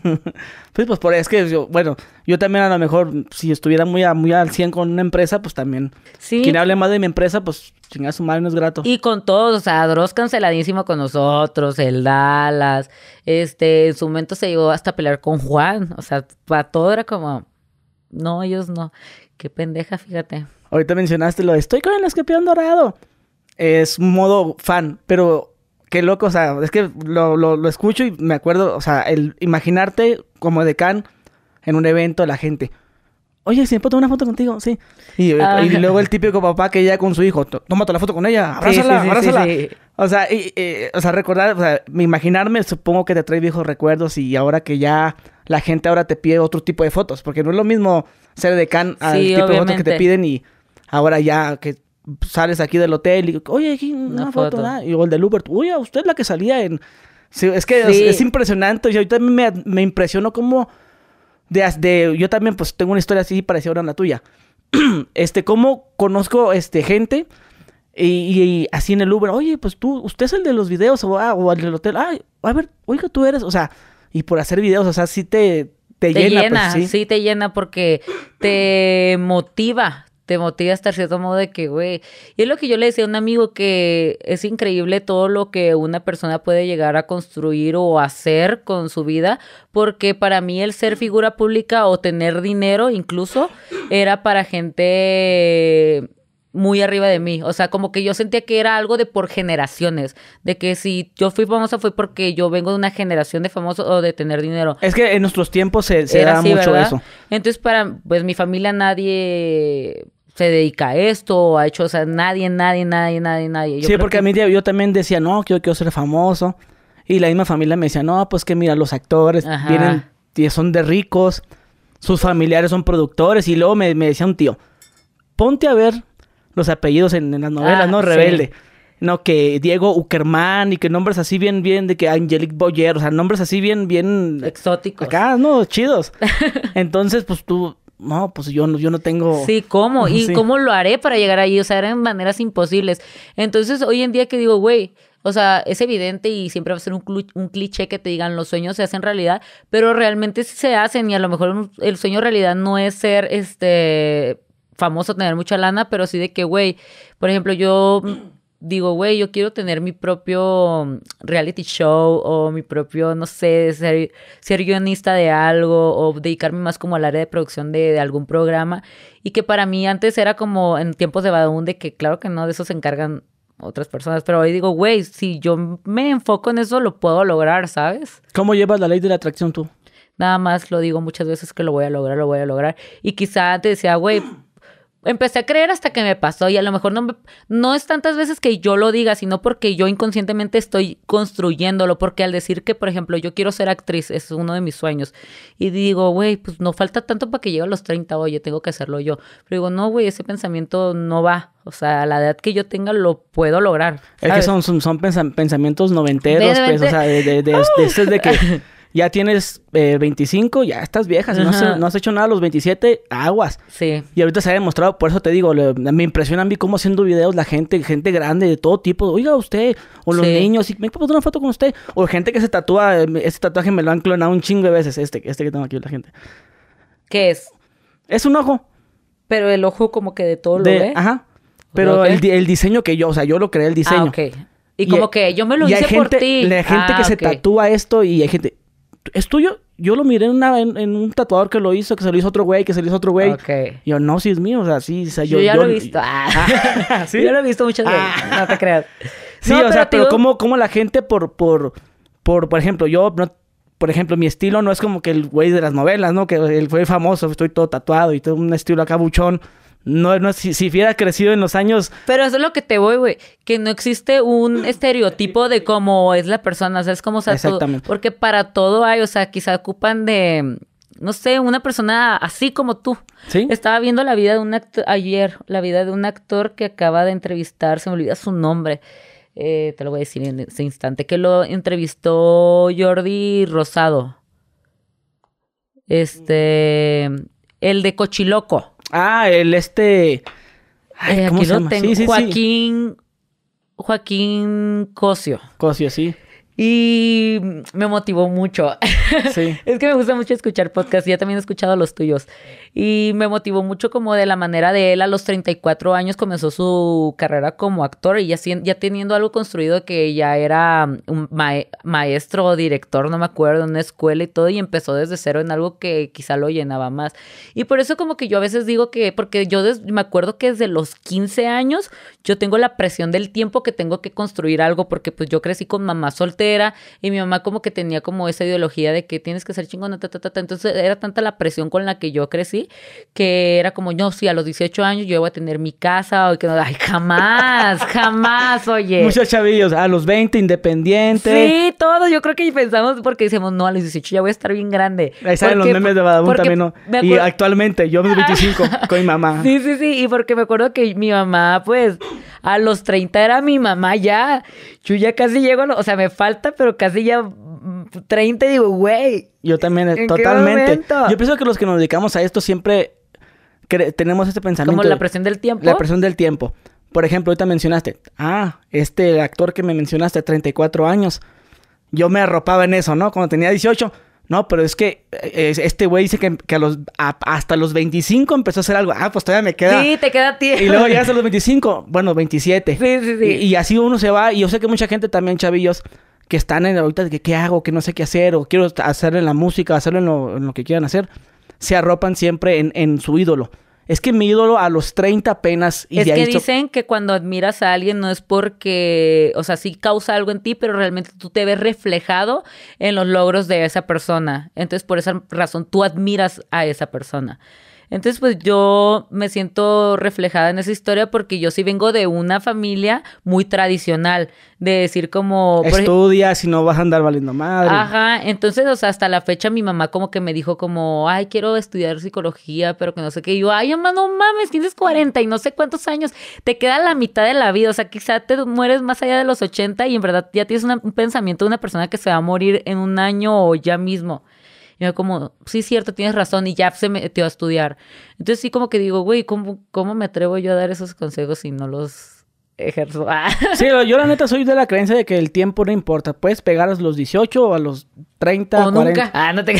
Pues por es que yo también a lo mejor, si estuviera muy al 100 con una empresa, pues también. Sí. Quien hable más de mi empresa, pues chingada su madre no es grato. Y con todos, o sea, Dross canceladísimo con nosotros, el Dallas, en su momento se llegó hasta a pelear con Juan. O sea, para todo era como, no, ellos no. Qué pendeja, fíjate. Ahorita mencionaste lo de estoy con el Escorpión Dorado. Es modo fan, pero qué loco, o sea, es que lo escucho y me acuerdo, o sea, el imaginarte como Decán en un evento, la gente, oye, si me puedo tomar una foto contigo, sí. Y luego el típico papá que ya con su hijo, tómate la foto con ella, abrázala. Sí. O sea, recordar, o sea, imaginarme, supongo que te trae viejos recuerdos y ahora que ya la gente ahora te pide otro tipo de fotos, porque no es lo mismo ser Decán al tipo de fotos que te piden y ahora ya que sales aquí del hotel y, oye, aquí una foto. Y luego el del Uber, oye, usted es la que salía en... Sí, es que sí. Es impresionante. Y ahorita me impresionó cómo... yo también, pues, tengo una historia así parecida a la tuya. Cómo conozco, gente... Y así en el Uber, oye, pues usted es el de los videos o el del hotel. Ay, a ver, oiga, tú eres... O sea, y por hacer videos, o sea, sí te llena. Pues, sí, te llena porque te motiva. Te motiva hasta cierto modo de que, güey... Y es lo que yo le decía a un amigo, que es increíble todo lo que una persona puede llegar a construir o hacer con su vida, porque para mí el ser figura pública o tener dinero incluso era para gente muy arriba de mí. O sea, como que yo sentía que era algo de por generaciones. De que si yo fui famosa fue porque yo vengo de una generación de famosos o de tener dinero. Es que en nuestros tiempos se da así, mucho ¿verdad? Eso. Entonces, pues mi familia nadie se dedica a esto o ha hecho, o sea, nadie. Yo sí, porque a mí yo también decía, no, quiero ser famoso. Y la misma familia me decía, no, pues que mira, los actores vienen y son de ricos, sus familiares son productores. Y luego me decía un tío, ponte a ver los apellidos en las novelas, ¿no? Rebelde. Sí. No, que Diego Uckerman y que nombres así bien, de que Angelique Boyer, o sea, nombres así bien... exóticos. Acá, ¿no? Chidos. Entonces, pues tú... No, pues yo no tengo... Sí, ¿cómo? ¿Y cómo lo haré para llegar ahí? O sea, eran maneras imposibles. Entonces, hoy en día que digo, güey, o sea, es evidente y siempre va a ser un cliché que te digan los sueños se hacen realidad, pero realmente sí se hacen y a lo mejor el sueño en realidad no es ser, famoso, tener mucha lana, pero sí de que, güey, por ejemplo, yo digo, güey, yo quiero tener mi propio reality show o mi propio, no sé, ser guionista de algo o dedicarme más como al área de producción de algún programa. Y que para mí antes era como en tiempos de Badabun de que claro que no, de eso se encargan otras personas. Pero hoy digo, güey, si yo me enfoco en eso, lo puedo lograr, ¿sabes? ¿Cómo llevas la ley de la atracción tú? Nada más lo digo muchas veces que lo voy a lograr, lo voy a lograr. Y quizá te decía, güey, empecé a creer hasta que me pasó y a lo mejor no es tantas veces que yo lo diga, sino porque yo inconscientemente estoy construyéndolo, porque al decir que, por ejemplo, yo quiero ser actriz, es uno de mis sueños, y digo, güey, pues no falta tanto para que llegue a los 30, oye, tengo que hacerlo yo. Pero digo, no, güey, ese pensamiento no va. O sea, a la edad que yo tenga lo puedo lograr, ¿sabes? Es que son pensamientos noventeros, pues, o sea, de que... Ya tienes 25, ya estás vieja. Si no has hecho nada a los 27, aguas. Sí. Y ahorita se ha demostrado, por eso te digo, me impresiona a mí cómo haciendo videos la gente grande de todo tipo. Oiga, usted, o los niños, y me puedo tomar una foto con usted. O gente que se tatúa, este tatuaje me lo han clonado un chingo de veces, este que tengo aquí la gente. ¿Qué es? Es un ojo. Pero el ojo como que de todo lo ve. Ajá. Pero el diseño que yo, o sea, yo lo creé el diseño. Ah, ok. Y como que yo me lo hice por ti. La gente que se tatúa esto y hay gente... ¿Es tuyo? Yo lo miré en un tatuador que lo hizo, que se lo hizo otro güey, Ok. Y yo, no, sí es mío, o sea, sí. O sea, yo ya lo he visto. ¿Sí? Yo lo he visto muchas veces, no te creas. Sí, no, o sea, pero como la gente por ejemplo, por ejemplo, mi estilo no es como que el güey de las novelas, ¿no? Que él fue famoso, estoy todo tatuado y todo un estilo acá buchón. No, si hubiera crecido en los años... Pero eso es lo que te voy, güey. Que no existe un estereotipo de cómo es la persona. O sea, es como... O sea, exactamente. Porque para todo hay... O sea, quizá ocupan de... No sé, una persona así como tú. ¿Sí? Estaba viendo la vida de un actor... Ayer, la vida de un actor que acaba de entrevistar. Se me olvida su nombre. Te lo voy a decir en ese instante. Que lo entrevistó Jordi Rosado. El de Cochiloco. Ah, ¿cómo aquí se llama? Tengo. Sí. Joaquín Cosio. Cosio, sí. Y me motivó mucho. Sí. Es que me gusta mucho escuchar podcasts. Ya también he escuchado los tuyos. Y me motivó mucho como de la manera de él. A los 34 años comenzó su carrera como actor. Y ya teniendo algo construido, que ya era un maestro o director, no me acuerdo, en una escuela y todo. Y empezó desde cero en algo que quizá lo llenaba más. Y por eso como que yo a veces digo que... Porque yo me acuerdo que desde los 15 años yo tengo la presión del tiempo que tengo que construir algo. Porque pues yo crecí con mamá soltera. Y mi mamá como que tenía como esa ideología de que tienes que ser chingona, Entonces era tanta la presión con la que yo crecí, que era como, no, sí, a los 18 años yo voy a tener mi casa, o que no, ay, jamás, oye. Muchos chavillos, a los 20, independiente. Sí, todos, yo creo que pensamos, porque decimos, no, a los 18 ya voy a estar bien grande. Ahí salen los memes de Badabun también, ¿no? Y actualmente, yo a mis 25, con mi mamá. Sí, y porque me acuerdo que mi mamá, pues, a los 30 era mi mamá ya. Yo ya casi llego, o sea, me falta, pero casi ya 30 y digo, güey. Yo también, ¿en totalmente. qué momento? Yo pienso que los que nos dedicamos a esto siempre tenemos este pensamiento. ¿Como la presión del tiempo? La presión del tiempo. Por ejemplo, ahorita mencionaste, este actor que me mencionaste, 34 años. Yo me arropaba en eso, ¿no? Cuando tenía 18. No, pero es que este güey dice que hasta los 25 empezó a hacer algo. Pues todavía me queda. Sí, te queda tiempo. Y luego ya hasta los 25, bueno, 27. Sí. Y así uno se va. Y yo sé que mucha gente también, chavillos, que están ahorita de que qué hago, que no sé qué hacer, o quiero hacer en la música, hacerlo en lo que quieran hacer, se arropan siempre en su ídolo. Es que mi ídolo a los 30 apenas... Es que dicen que cuando admiras a alguien no es porque... O sea, sí causa algo en ti, pero realmente tú te ves reflejado en los logros de esa persona. Entonces, por esa razón, tú admiras a esa persona. Entonces, pues yo me siento reflejada en esa historia porque yo sí vengo de una familia muy tradicional. De decir como... Estudia, si no vas a andar valiendo madre. Ajá, entonces, o sea, hasta la fecha mi mamá como que me dijo como... Ay, quiero estudiar psicología, pero que no sé qué. Y yo, ay, mamá, no mames, tienes 40 y no sé cuántos años. Te queda la mitad de la vida. O sea, quizá te mueres más allá de los 80 y en verdad ya tienes un pensamiento de una persona que se va a morir en un año o ya mismo. Y yo como, sí, cierto, tienes razón, y ya se metió a estudiar. Entonces sí como que digo, güey, ¿cómo me atrevo yo a dar esos consejos si no los ejerzo? Sí, yo la neta soy de la creencia de que el tiempo no importa. Puedes pegar a los 18 o a los 30, o 40. Nunca. No te...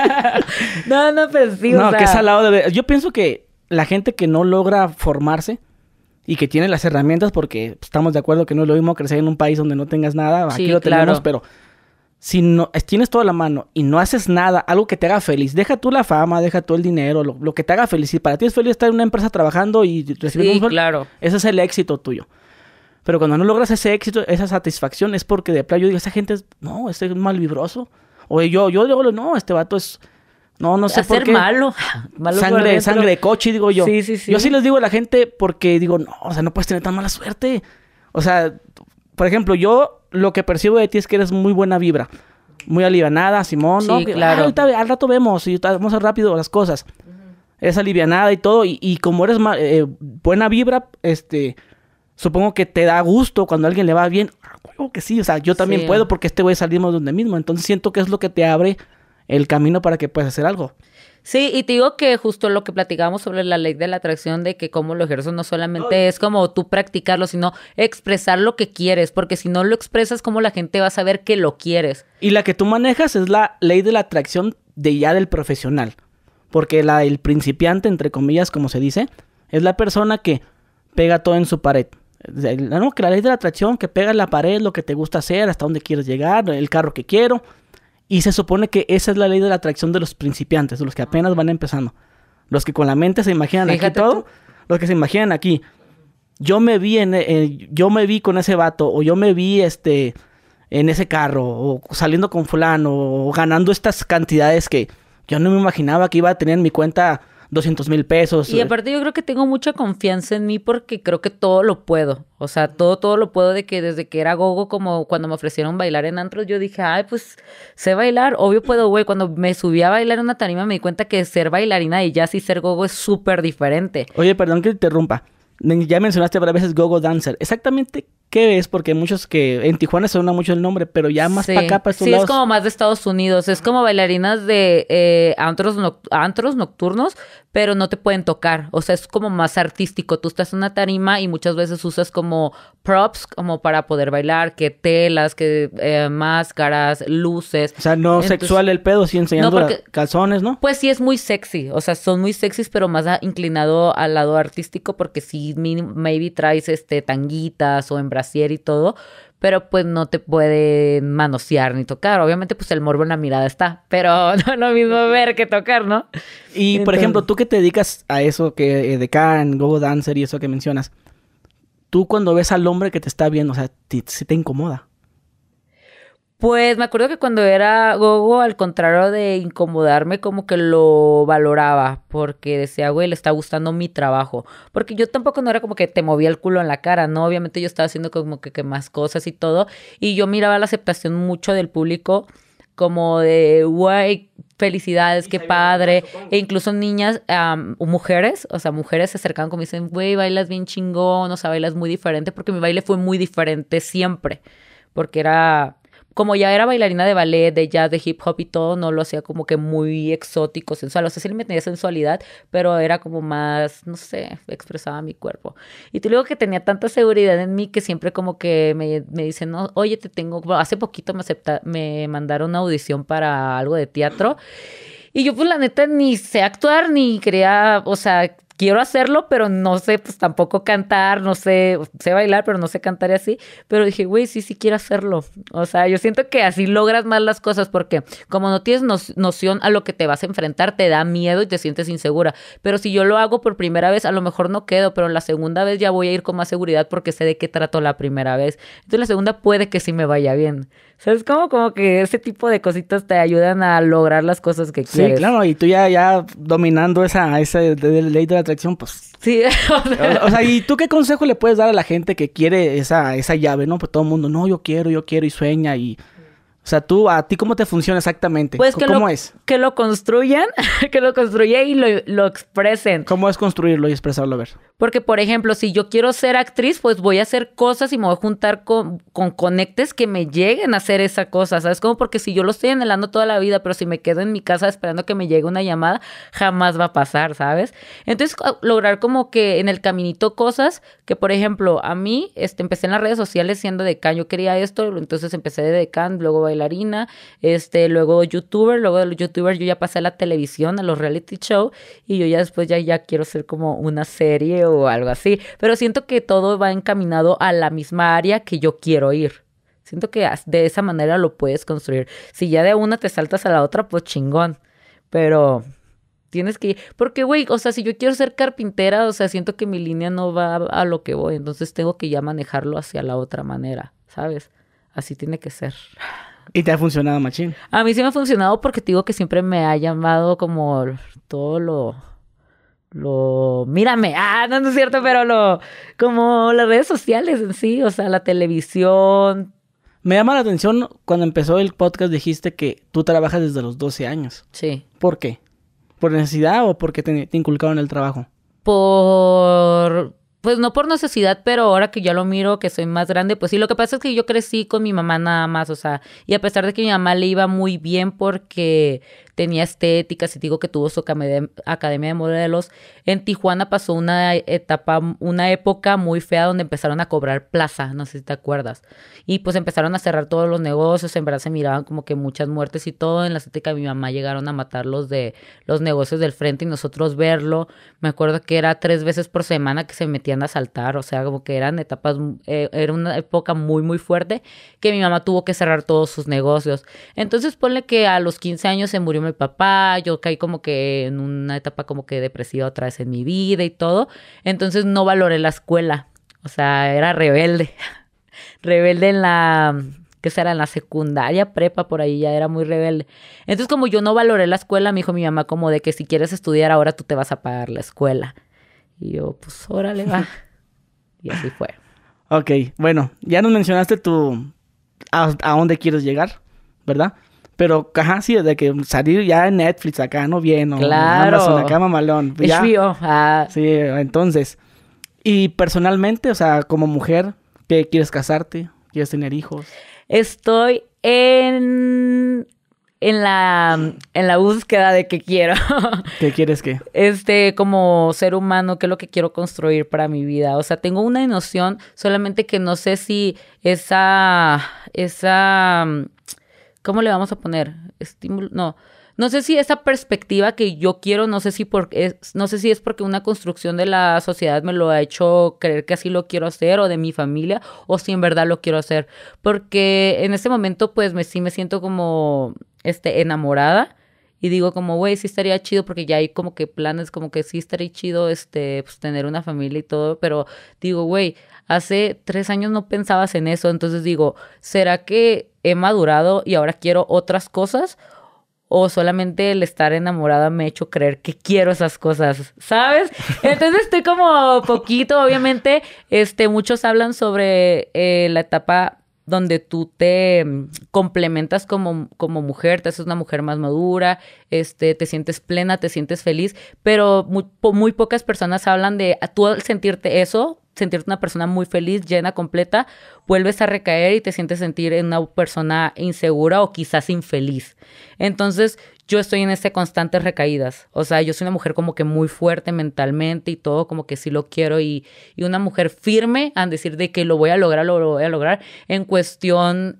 no, pero sí, no, o sea... que es al lado de... Yo pienso que la gente que no logra formarse y que tiene las herramientas, porque estamos de acuerdo que no es lo mismo crecer en un país donde no tengas nada. Aquí lo tenemos, pero... Si no tienes toda la mano y no haces nada, algo que te haga feliz, deja tú la fama, deja tú el dinero, lo que te haga feliz. Si para ti es feliz estar en una empresa trabajando y recibir un sueldo, claro. Ese es el éxito tuyo. Pero cuando no logras ese éxito, esa satisfacción, es porque de plano yo digo, esa gente es, no, este es mal vibroso. O yo digo, no, este vato es, no sé por qué. malo. Sangre de coche, digo yo. Sí. Yo sí les digo a la gente porque digo, no, o sea, no puedes tener tan mala suerte. O sea, por ejemplo, yo lo que percibo de ti es que eres muy buena vibra. Muy alivianada, Simón, ¿no? Sí, claro. Ahorita, al rato vemos y vamos a hacer rápido las cosas. Eres alivianada y todo. Y como eres buena vibra, supongo que te da gusto cuando a alguien le va bien. Creo que sí, o sea, yo también puedo porque este güey salimos donde mismo. Entonces siento que es lo que te abre el camino para que puedas hacer algo. Sí, y te digo que justo lo que platicábamos sobre la ley de la atracción, de que cómo lo ejerzo no solamente es como tú practicarlo, sino expresar lo que quieres, porque si no lo expresas, ¿cómo la gente va a saber que lo quieres? Y la que tú manejas es la ley de la atracción del profesional. Porque el principiante, entre comillas, como se dice, es la persona que pega todo en su pared. No, que la ley de la atracción, que pega en la pared, lo que te gusta hacer, hasta dónde quieres llegar, el carro que quiero. Y se supone que esa es la ley de la atracción de los principiantes, de los que apenas van empezando. Los que con la mente se imaginan Fíjate aquí todo, los que se imaginan aquí. Yo me vi con ese vato, o yo me vi en ese carro, o saliendo con fulano, o ganando estas cantidades que yo no me imaginaba que iba a tener en mi cuenta 200,000 pesos. Y aparte yo creo que tengo mucha confianza en mí porque creo que todo lo puedo. O sea, todo lo puedo de que desde que era gogo, como cuando me ofrecieron bailar en antros, yo dije, ay, pues sé bailar, obvio puedo, güey. Cuando me subí a bailar en una tarima me di cuenta que ser bailarina de jazz y ser gogo es súper diferente. Oye, perdón que te interrumpa. Ya mencionaste varias veces gogo dancer. Exactamente, ¿qué es? Porque muchos que en Tijuana se suena mucho el nombre, pero ya más para acá, para estos lados. Sí, es como más de Estados Unidos. Es como bailarinas de antros nocturnos, pero no te pueden tocar. O sea, es como más artístico. Tú estás en una tarima y muchas veces usas como props como para poder bailar, que telas, que máscaras, luces. O sea, no sexual el pedo, sí enseñando calzones, ¿no? Pues sí es muy sexy. O sea, son muy sexys, pero más inclinado al lado artístico porque sí maybe traes tanguitas o en brasier y todo, pero pues no te pueden manosear ni tocar. Obviamente pues el morbo en la mirada está, pero no es lo mismo ver que tocar, ¿no? Y entonces, por ejemplo, tú que te dedicas a eso que de Can, gogo dancer y eso que mencionas, tú cuando ves al hombre que te está viendo, o sea, ¿sí te incomoda? Pues me acuerdo que cuando era gogo, al contrario de incomodarme, como que lo valoraba, porque decía, güey, le está gustando mi trabajo. Porque yo tampoco no era como que te movía el culo en la cara, ¿no? Obviamente yo estaba haciendo como que más cosas y todo, y yo miraba la aceptación mucho del público, como de, güey, felicidades, qué padre. E incluso niñas, mujeres, o sea, mujeres se acercaban como y dicen, güey, bailas bien chingón, o sea, bailas muy diferente, porque mi baile fue muy diferente siempre, porque era... Como ya era bailarina de ballet, de jazz, de hip hop y todo, no lo hacía como que muy exótico, sensual. O sea, sí le metía sensualidad, pero era como más, no sé, expresaba mi cuerpo. Y te digo que tenía tanta seguridad en mí que siempre como que me dicen, no, oye, hace poquito me mandaron una audición para algo de teatro. Y yo pues la neta ni sé actuar, ni quería, o sea... Quiero hacerlo, pero no sé, pues tampoco cantar, no sé bailar, pero no sé cantar y así. Pero dije, güey, sí quiero hacerlo. O sea, yo siento que así logras más las cosas porque como no tienes noción a lo que te vas a enfrentar, te da miedo y te sientes insegura. Pero si yo lo hago por primera vez, a lo mejor no quedo, pero la segunda vez ya voy a ir con más seguridad porque sé de qué trato la primera vez. Entonces la segunda puede que sí me vaya bien. ¿Sabes cómo? Como que ese tipo de cositas te ayudan a lograr las cosas que quieres. Sí, claro, y tú ya dominando esa ley de la atracción, pues... Sí. o sea, ¿y tú qué consejo le puedes dar a la gente que quiere esa llave, no? Pues todo el mundo, no, yo quiero y sueña y... O sea, ¿a ti cómo te funciona exactamente? Pues ¿Cómo es? Que lo construyan, y lo expresen. ¿Cómo es construirlo y expresarlo? A ver. Porque, por ejemplo, si yo quiero ser actriz, pues voy a hacer cosas y me voy a juntar con conectes que me lleguen a hacer esa cosa, ¿sabes? Como porque si yo lo estoy anhelando toda la vida, pero si me quedo en mi casa esperando que me llegue una llamada, jamás va a pasar, ¿sabes? Entonces, lograr como que en el caminito cosas que, por ejemplo, a mí, empecé en las redes sociales siendo decán, yo quería esto, entonces empecé de decán, luego bailarina, luego youtuber, luego de los youtubers yo ya pasé a la televisión, a los reality show, y yo ya después ya quiero ser como una serie o algo así, pero siento que todo va encaminado a la misma área que yo quiero ir. Siento que de esa manera lo puedes construir. Si ya de una te saltas a la otra, pues chingón, pero tienes que ir. Porque, güey, o sea, si yo quiero ser carpintera, o sea, siento que mi línea no va a lo que voy. Entonces tengo que ya manejarlo hacia la otra manera, ¿sabes? Así tiene que ser. ¿Y te ha funcionado, machín? A mí sí me ha funcionado porque te digo que siempre me ha llamado como todo mírame, no es cierto, pero como las redes sociales en sí, o sea, la televisión. Me llama la atención, cuando empezó el podcast dijiste que tú trabajas desde los 12 años. Sí. ¿Por qué? ¿Por necesidad o porque te inculcaron el trabajo? Pues no por necesidad, pero ahora que ya lo miro, que soy más grande, pues sí, lo que pasa es que yo crecí con mi mamá nada más, o sea, y a pesar de que mi mamá le iba muy bien porque tenía estética, si te digo que tuvo su academia de modelos, en Tijuana pasó una época muy fea donde empezaron a cobrar plaza, no sé si te acuerdas, y pues empezaron a cerrar todos los negocios, en verdad se miraban como que muchas muertes y todo, en la estética de mi mamá llegaron a matarlos de los negocios del frente y nosotros verlo, me acuerdo que era 3 veces por semana que se metían a asaltar, o sea, como que eran etapas, era una época muy, muy fuerte que mi mamá tuvo que cerrar todos sus negocios. Entonces, ponle que a los 15 años se murió mi papá, yo caí como que en una etapa como que depresiva otra vez en mi vida y todo. Entonces, no valoré la escuela, o sea, era rebelde. Rebelde en ¿qué será? En la secundaria, prepa, por ahí ya era muy rebelde. Entonces, como yo no valoré la escuela, me dijo mi mamá como de que si quieres estudiar ahora tú te vas a pagar la escuela. Y yo, pues, órale, va. Y así fue. Ok, bueno, ya nos mencionaste a dónde quieres llegar, ¿verdad? Pero, ajá, sí, de que salir ya en Netflix acá, ¿no? Bien, o claro. Amazon acá, mamalón. Ya. HBO. Sí, entonces. Y personalmente, o sea, como mujer, ¿qué quieres casarte? ¿Quieres tener hijos? Estoy en la búsqueda de qué quiero. ¿Qué quieres qué? Como ser humano, qué es lo que quiero construir para mi vida. O sea, tengo una noción, solamente que no sé si esa, ¿cómo le vamos a poner? Estímulo, no sé si esa perspectiva que yo quiero, no sé si es porque una construcción de la sociedad me lo ha hecho creer que así lo quiero hacer, o de mi familia, o si en verdad lo quiero hacer. Porque en este momento, pues, sí me siento como, enamorada. Y digo como, güey, sí estaría chido, porque ya hay como que planes, como que sí estaría chido, pues, tener una familia y todo. Pero digo, güey, hace 3 años no pensabas en eso. Entonces digo, ¿será que he madurado y ahora quiero otras cosas? O solamente el estar enamorada me ha hecho creer que quiero esas cosas, ¿sabes? Entonces estoy como poquito, obviamente, muchos hablan sobre la etapa donde tú te complementas como mujer, te haces una mujer más madura, te sientes plena, te sientes feliz, pero muy pocas personas hablan de tú al sentirte una persona muy feliz, llena, completa, vuelves a recaer y te sentir en una persona insegura o quizás infeliz. Entonces, yo estoy en constantes recaídas. O sea, yo soy una mujer como que muy fuerte mentalmente y todo, como que sí lo quiero. Y una mujer firme a decir de que lo voy a lograr, lo voy a lograr en cuestión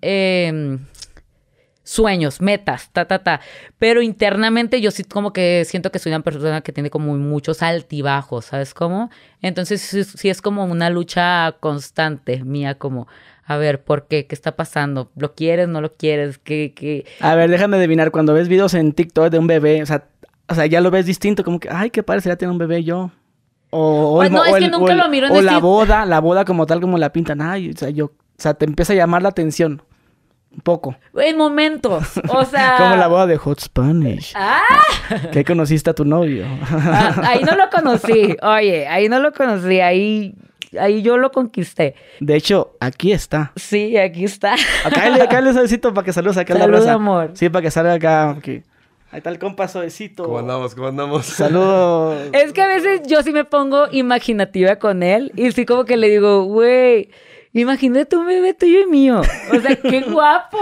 sueños, metas, Pero internamente yo sí como que siento que soy una persona que tiene como muchos altibajos, ¿sabes cómo? Entonces sí es como una lucha constante mía, como, a ver, ¿por qué? ¿Qué está pasando? ¿Lo quieres? ¿No lo quieres? ¿Qué? A ver, déjame adivinar, cuando ves videos en TikTok de un bebé, o sea, ya lo ves distinto, como que, ay, qué padre sería tener un bebé yo. Nunca lo miro en o la boda como tal, como la pintan, ay, o sea, te empieza a llamar la atención. Un poco. En momentos, o sea... Como la boda de Hot Spanish. ¿Qué conociste a tu novio? Ahí no lo conocí. Oye, ahí no lo conocí. Ahí yo lo conquisté. De hecho, aquí está. Sí, aquí está. Acá le suavecito para que saludes acá a la raza. Amor. Sí, para que salga acá. Okay. Ahí está el compa suavecito. ¿Cómo andamos? Saludos. Es que a veces yo sí me pongo imaginativa con él. Y sí como que le digo, güey... Imagínate un bebé tuyo y mío. O sea, qué guapo.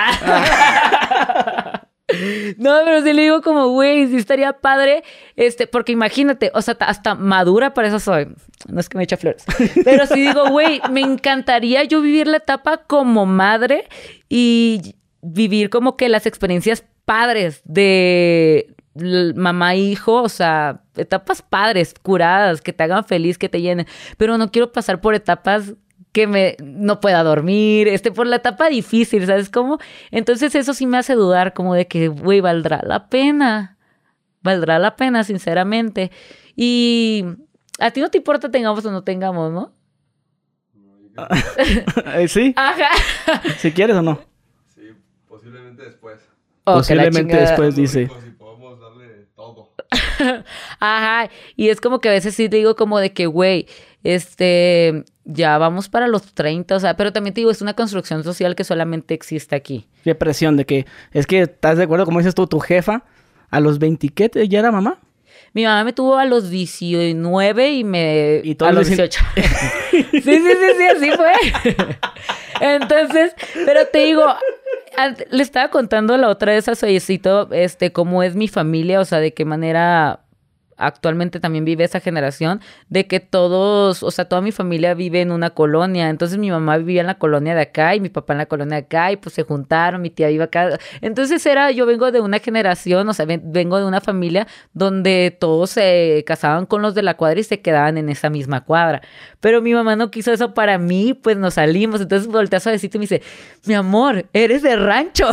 No, pero sí le digo como, güey, sí estaría padre. Porque imagínate, o sea, hasta madura para eso soy. No es que me eche flores. Pero sí digo, güey, me encantaría yo vivir la etapa como madre y vivir como que las experiencias padres de mamá e hijo, o sea, etapas padres, curadas, que te hagan feliz, que te llenen. Pero no quiero pasar por etapas que no pueda dormir, por la etapa difícil, ¿sabes cómo? Entonces eso sí me hace dudar como de que, güey, ¿valdrá la pena? Valdrá la pena, sinceramente. Y a ti no te importa tengamos o no tengamos, ¿no? ¿Sí? Ajá. ¿Si quieres o no? Sí, posiblemente después. Posiblemente después, dice. Si podemos darle todo. Ajá, y es como que a veces sí te digo como de que, güey, ya vamos para los 30, o sea, pero también te digo, es una construcción social que solamente existe aquí. Qué presión de que... Es que, ¿estás de acuerdo? Como dices tú, tu jefa, a los 20, ¿qué? ¿Ya era mamá? Mi mamá me tuvo a los 19 y todo a los 18. Sí, así fue. Entonces, pero te digo, le estaba contando la otra vez a Soyecito, cómo es mi familia, o sea, de qué manera actualmente también vive esa generación, de que todos, o sea, toda mi familia vive en una colonia. Entonces mi mamá vivía en la colonia de acá y mi papá en la colonia de acá y pues se juntaron, mi tía vive acá. Entonces yo vengo de una generación, o sea, vengo de una familia donde todos se casaban con los de la cuadra y se quedaban en esa misma cuadra. Pero mi mamá no quiso eso para mí, pues nos salimos. Entonces voltea suavecito y me dice, mi amor, eres de rancho.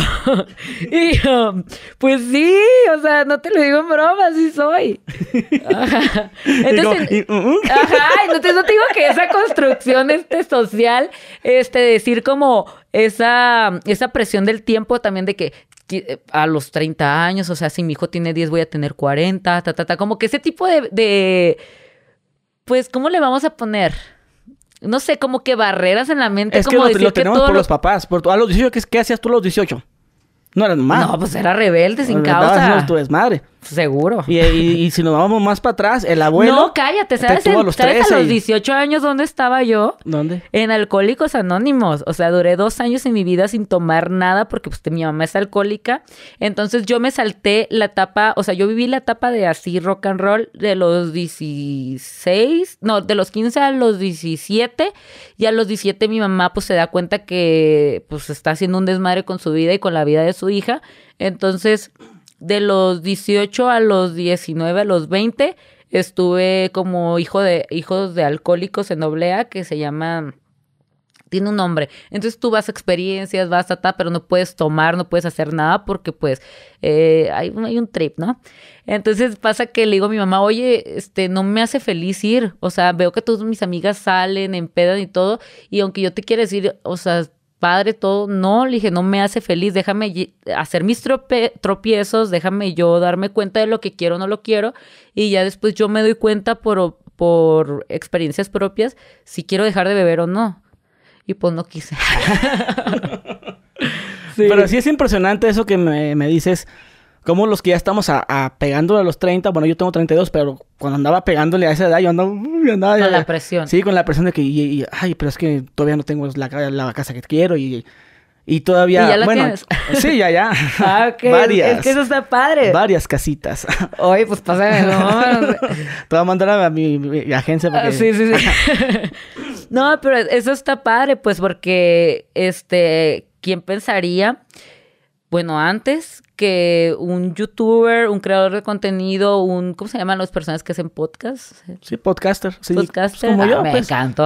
Y yo, pues sí, o sea, no te lo digo en broma, sí soy. Ajá. Entonces, entonces no te digo que esa construcción social, decir como esa presión del tiempo también de que a los 30 años, o sea, si mi hijo tiene 10 voy a tener 40, como que ese tipo de pues, ¿cómo le vamos a poner? No sé, como que barreras en la mente. Es como que lo tenemos por los papás. A los 18, ¿qué hacías tú a los 18? No eras mamá. No, pues era rebelde, sin Estabas causa. haciendo tu desmadre. Seguro. Y si nos vamos más para atrás, el abuelo... No, cállate. ¿Sabes tuvo a los 13 a los 18 años dónde estaba yo? ¿Dónde? En Alcohólicos Anónimos. O sea, duré 2 años en mi vida sin tomar nada porque pues mi mamá es alcohólica. Entonces yo me salté la etapa... O sea, yo viví la etapa de así rock and roll de los 16... No, de los 15 a los 17. Y a los 17 mi mamá pues se da cuenta que pues está haciendo un desmadre con su vida y con la vida de su hija. Entonces... De los 18 a los 19, a los 20, estuve como hijos de alcohólicos en Oblea, que se llama... Tiene un nombre. Entonces tú vas a experiencias, pero no puedes tomar, no puedes hacer nada porque pues hay un trip, ¿no? Entonces pasa que le digo a mi mamá, oye, no me hace feliz ir. O sea, veo que todas mis amigas salen, empedan y todo. Y aunque yo te quiera decir, o sea... padre, todo, no, le dije, no me hace feliz, déjame hacer mis tropiezos, déjame yo darme cuenta de lo que quiero o no lo quiero, y ya después yo me doy cuenta por experiencias propias si quiero dejar de beber o no. Y pues no quise. Sí. Pero sí es impresionante eso que me dices, como los que ya estamos pegándole a los 30, bueno, yo tengo 32, pero cuando andaba pegándole a esa edad, yo andaba con la presión. Sí, con la presión de que, ay, pero es que todavía no tengo la casa que quiero y todavía... ¿Y ya la bueno, tienes? Sí, ya. Ah, ok. Varias. Es que eso está padre. Varias casitas. Oye, pues pásame, no. Te voy a mandar a mi agencia porque... Sí. No, pero eso está padre, pues, porque, ¿quién pensaría? Bueno, antes que un youtuber, un creador de contenido, ¿cómo se llaman las personas que hacen podcast? Sí, podcaster. Sí, podcaster. Pues como yo, me pues. encantó.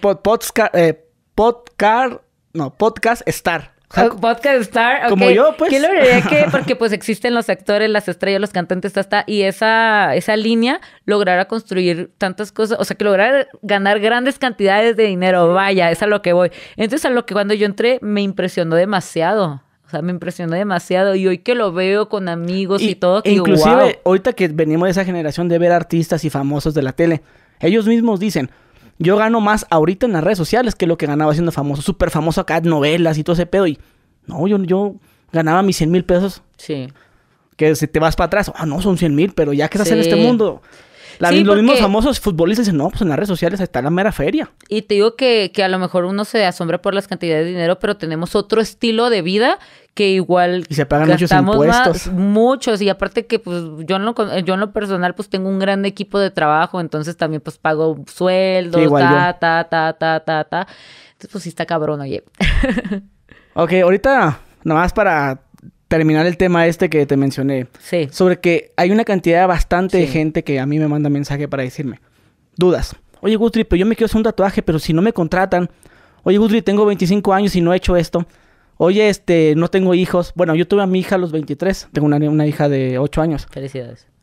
Podcast Star. O sea, Podcast Star, okay. Como yo, pues. ¿Quién lo diría que? Porque pues existen los actores, las estrellas, los cantantes, y esa línea lograra construir tantas cosas, o sea, que lograra ganar grandes cantidades de dinero, vaya, es a lo que voy. Entonces, a lo que cuando yo entré me impresionó demasiado. O sea, me impresionó demasiado. Y hoy que lo veo con amigos y todo, que inclusive, wow. Ahorita que venimos de esa generación de ver artistas y famosos de la tele, ellos mismos dicen, yo gano más ahorita en las redes sociales que lo que ganaba siendo famoso. Súper famoso acá, novelas y todo ese pedo. Y no, yo ganaba mis 100,000 pesos. Sí. Que si te vas para atrás, no, son 100,000, pero ya que estás en este mundo... Los mismos famosos futbolistas dicen, no, pues en las redes sociales está la mera feria. Y te digo que a lo mejor uno se asombra por las cantidades de dinero, pero tenemos otro estilo de vida que igual y se pagan muchos impuestos. Muchos. Y aparte que pues yo en lo personal pues tengo un gran equipo de trabajo, entonces también pues pago sueldos, sí, Entonces pues sí está cabrón, oye. Ok, ahorita nomás para... terminar el tema que te mencioné. Sí. Sobre que hay una cantidad bastante de Sí. gente que a mí me manda mensaje para decirme dudas. Oye, Guthrie, pero yo me quiero hacer un tatuaje, pero si no me contratan. Oye, Guthrie, tengo 25 años y no he hecho esto. Oye, no tengo hijos. Bueno, yo tuve a mi hija a los 23. Tengo una hija de 8 años. Felicidades.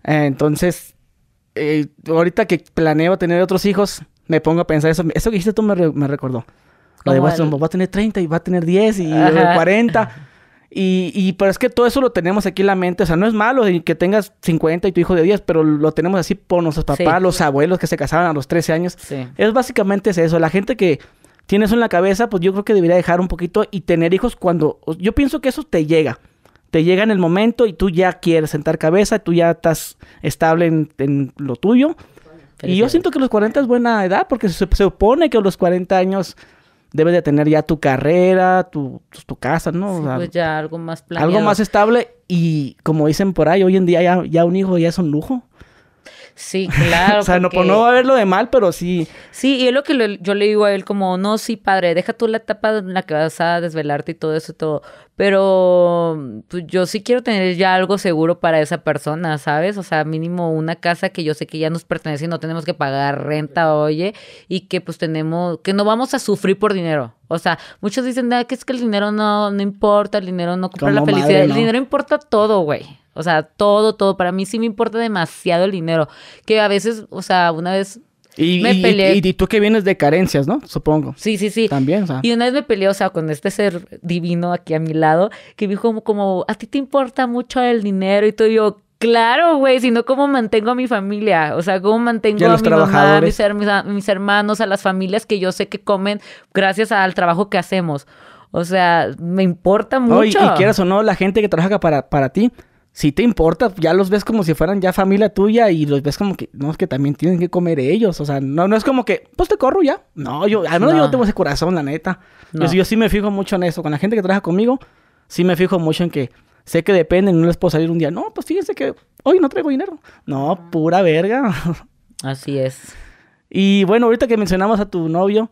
Entonces, ahorita que planeo tener otros hijos, me pongo a pensar eso. Eso que dijiste tú me recordó. Lo de va a tener 30 y va a tener 10 y 40. Pero es que todo eso lo tenemos aquí en la mente. O sea, no es malo que tengas 50 y tu hijo de 10, pero lo tenemos así por nuestros papás, los abuelos que se casaban a los 13 años. Sí. Es básicamente eso. La gente que tiene eso en la cabeza, pues yo creo que debería dejar un poquito y tener hijos cuando... Yo pienso que eso te llega. Te llega en el momento y tú ya quieres sentar cabeza, tú ya estás estable en lo tuyo. Y yo siento que los 40 es buena edad porque se supone que a los 40 años... Debes de tener ya tu carrera, tu casa, ¿no? Sí, o sea, pues ya algo más planeado. algo más estable y como dicen por ahí, hoy en día ya un hijo ya es un lujo. Sí, claro. O sea, porque... no va a haber lo de mal, pero sí. Sí, y es lo que yo le digo a él como, no, sí, padre, deja tú la etapa en la que vas a desvelarte y todo eso y todo. Pero pues, yo sí quiero tener ya algo seguro para esa persona, ¿sabes? O sea, mínimo una casa que yo sé que ya nos pertenece y no tenemos que pagar renta, oye, y que pues que no vamos a sufrir por dinero. O sea, muchos dicen, que es que el dinero no importa, el dinero no compra la felicidad. Madre, no. El dinero importa todo, güey. O sea, todo. Para mí sí me importa demasiado el dinero. Que a veces, o sea, una vez me peleé. Y tú que vienes de carencias, ¿no? Supongo. Sí. También, o sea. Y una vez me peleé, o sea, con este ser divino aquí a mi lado, que me dijo como, ¿a ti te importa mucho el dinero? Y todo, y yo, claro, güey, sino cómo mantengo a mi familia. O sea, cómo mantengo a mi mamá, a mis hermanos, a las familias que yo sé que comen gracias al trabajo que hacemos. O sea, me importa mucho. Y quieras o no, la gente que trabaja para ti, si te importa, ya los ves como si fueran ya familia tuya y los ves como que, no, es que también tienen que comer ellos. O sea, no es como que, pues te corro ya. No, al menos yo no tengo ese corazón, la neta. No. Yo sí me fijo mucho en eso. Con la gente que trabaja conmigo, sí me fijo mucho en que sé que dependen, no les puedo salir un día. No, pues fíjense que hoy no traigo dinero. No, pura verga. Así es. Y bueno, ahorita que mencionamos a tu novio...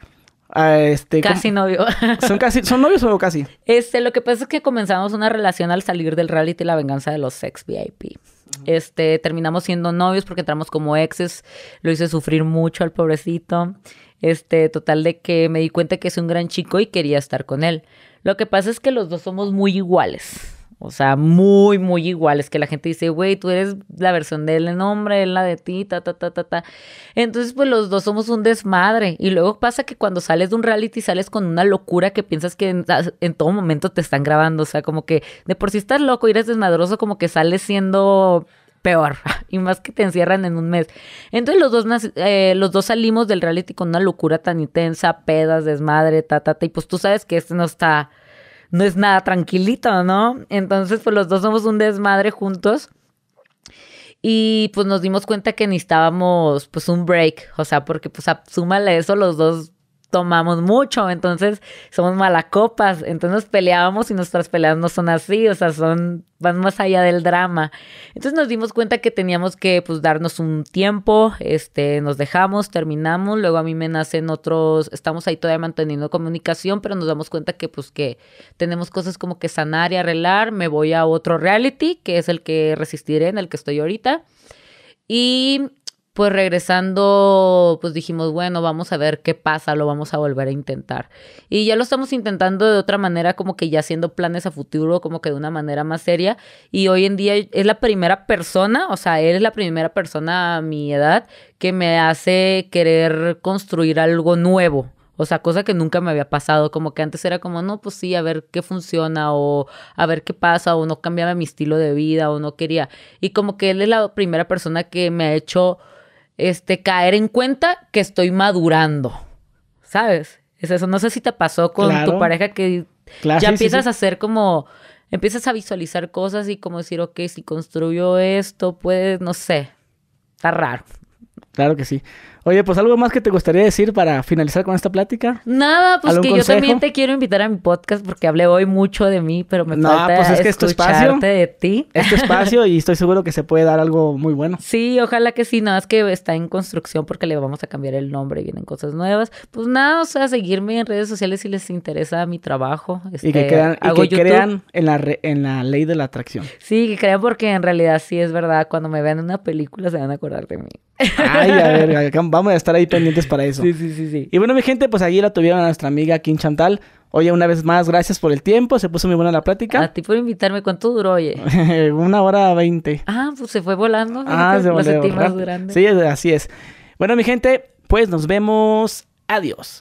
casi novio. ¿Son novios o casi? Lo que pasa es que comenzamos una relación al salir del reality La Venganza de los Sex VIP. Terminamos siendo novios porque entramos como exes. Lo hice sufrir mucho al pobrecito. Total de que me di cuenta que es un gran chico y quería estar con él. Lo que pasa es que los dos somos muy iguales. O sea, muy, muy iguales. Que la gente dice, güey, tú eres la versión de él en hombre, él la de ti, ta. Entonces, pues los dos somos un desmadre. Y luego pasa que cuando sales de un reality sales con una locura que piensas que en todo momento te están grabando. O sea, como que de por sí estás loco y eres desmadroso, como que sales siendo peor. Y más que te encierran en un mes. Entonces los dos salimos del reality con una locura tan intensa, pedas, desmadre, ta. Y pues tú sabes que no es nada tranquilito, ¿no? Entonces, pues los dos somos un desmadre juntos. Y pues nos dimos cuenta que necesitábamos pues un break. O sea, porque pues súmale eso, los dos tomamos mucho. Entonces, somos malacopas. Entonces nos peleábamos y nuestras peleas no son así. O sea, van más allá del drama. Entonces nos dimos cuenta que teníamos que pues darnos un tiempo. Nos dejamos, terminamos. Luego a mí me nacen otros. Estamos ahí todavía manteniendo comunicación, pero nos damos cuenta que pues que tenemos cosas como que sanar y arreglar. Me voy a otro reality, que es el que resistiré, en el que estoy ahorita. Y pues regresando, pues dijimos, bueno, vamos a ver qué pasa, lo vamos a volver a intentar. Y ya lo estamos intentando de otra manera, como que ya haciendo planes a futuro, como que de una manera más seria. Y hoy en día es la primera persona, o sea, él es la primera persona a mi edad que me hace querer construir algo nuevo. O sea, cosa que nunca me había pasado, como que antes era como, no, pues sí, a ver qué funciona o a ver qué pasa o no cambiaba mi estilo de vida o no quería. Y como que él es la primera persona que me ha hecho caer en cuenta que estoy madurando, ¿sabes? Es eso. No sé si te pasó con tu pareja que ya empiezas a hacer como, empiezas a visualizar cosas y como decir, ok, si construyo esto, pues, no sé, está raro. Claro que sí. Oye, pues algo más que te gustaría decir para finalizar con esta plática. Nada, pues que consejo? Yo también te quiero invitar a mi podcast porque hablé hoy mucho de mí, pero me falta pues es que escucharte de ti. Es tu espacio y estoy seguro que se puede dar algo muy bueno. Sí, ojalá que sí. Nada, es que está en construcción porque le vamos a cambiar el nombre y vienen cosas nuevas. Pues nada, o sea, seguirme en redes sociales si les interesa mi trabajo. Y que crean en la ley de la atracción. Sí, que crean porque en realidad sí es verdad. Cuando me vean en una película se van a acordar de mí. Ay, a ver, vamos a estar ahí pendientes para eso. Sí. Y bueno, mi gente, pues allí la tuvieron a nuestra amiga Kim Chantal. Oye, una vez más, gracias por el tiempo. Se puso muy buena la plática. A ti por invitarme. ¿Cuánto duró, oye? 1 hora 20. Ah, pues se fue volando. Ah, Fíjate, se lo volvió sentí más rápido. grande. Sí, así es. Bueno, mi gente, pues nos vemos. Adiós.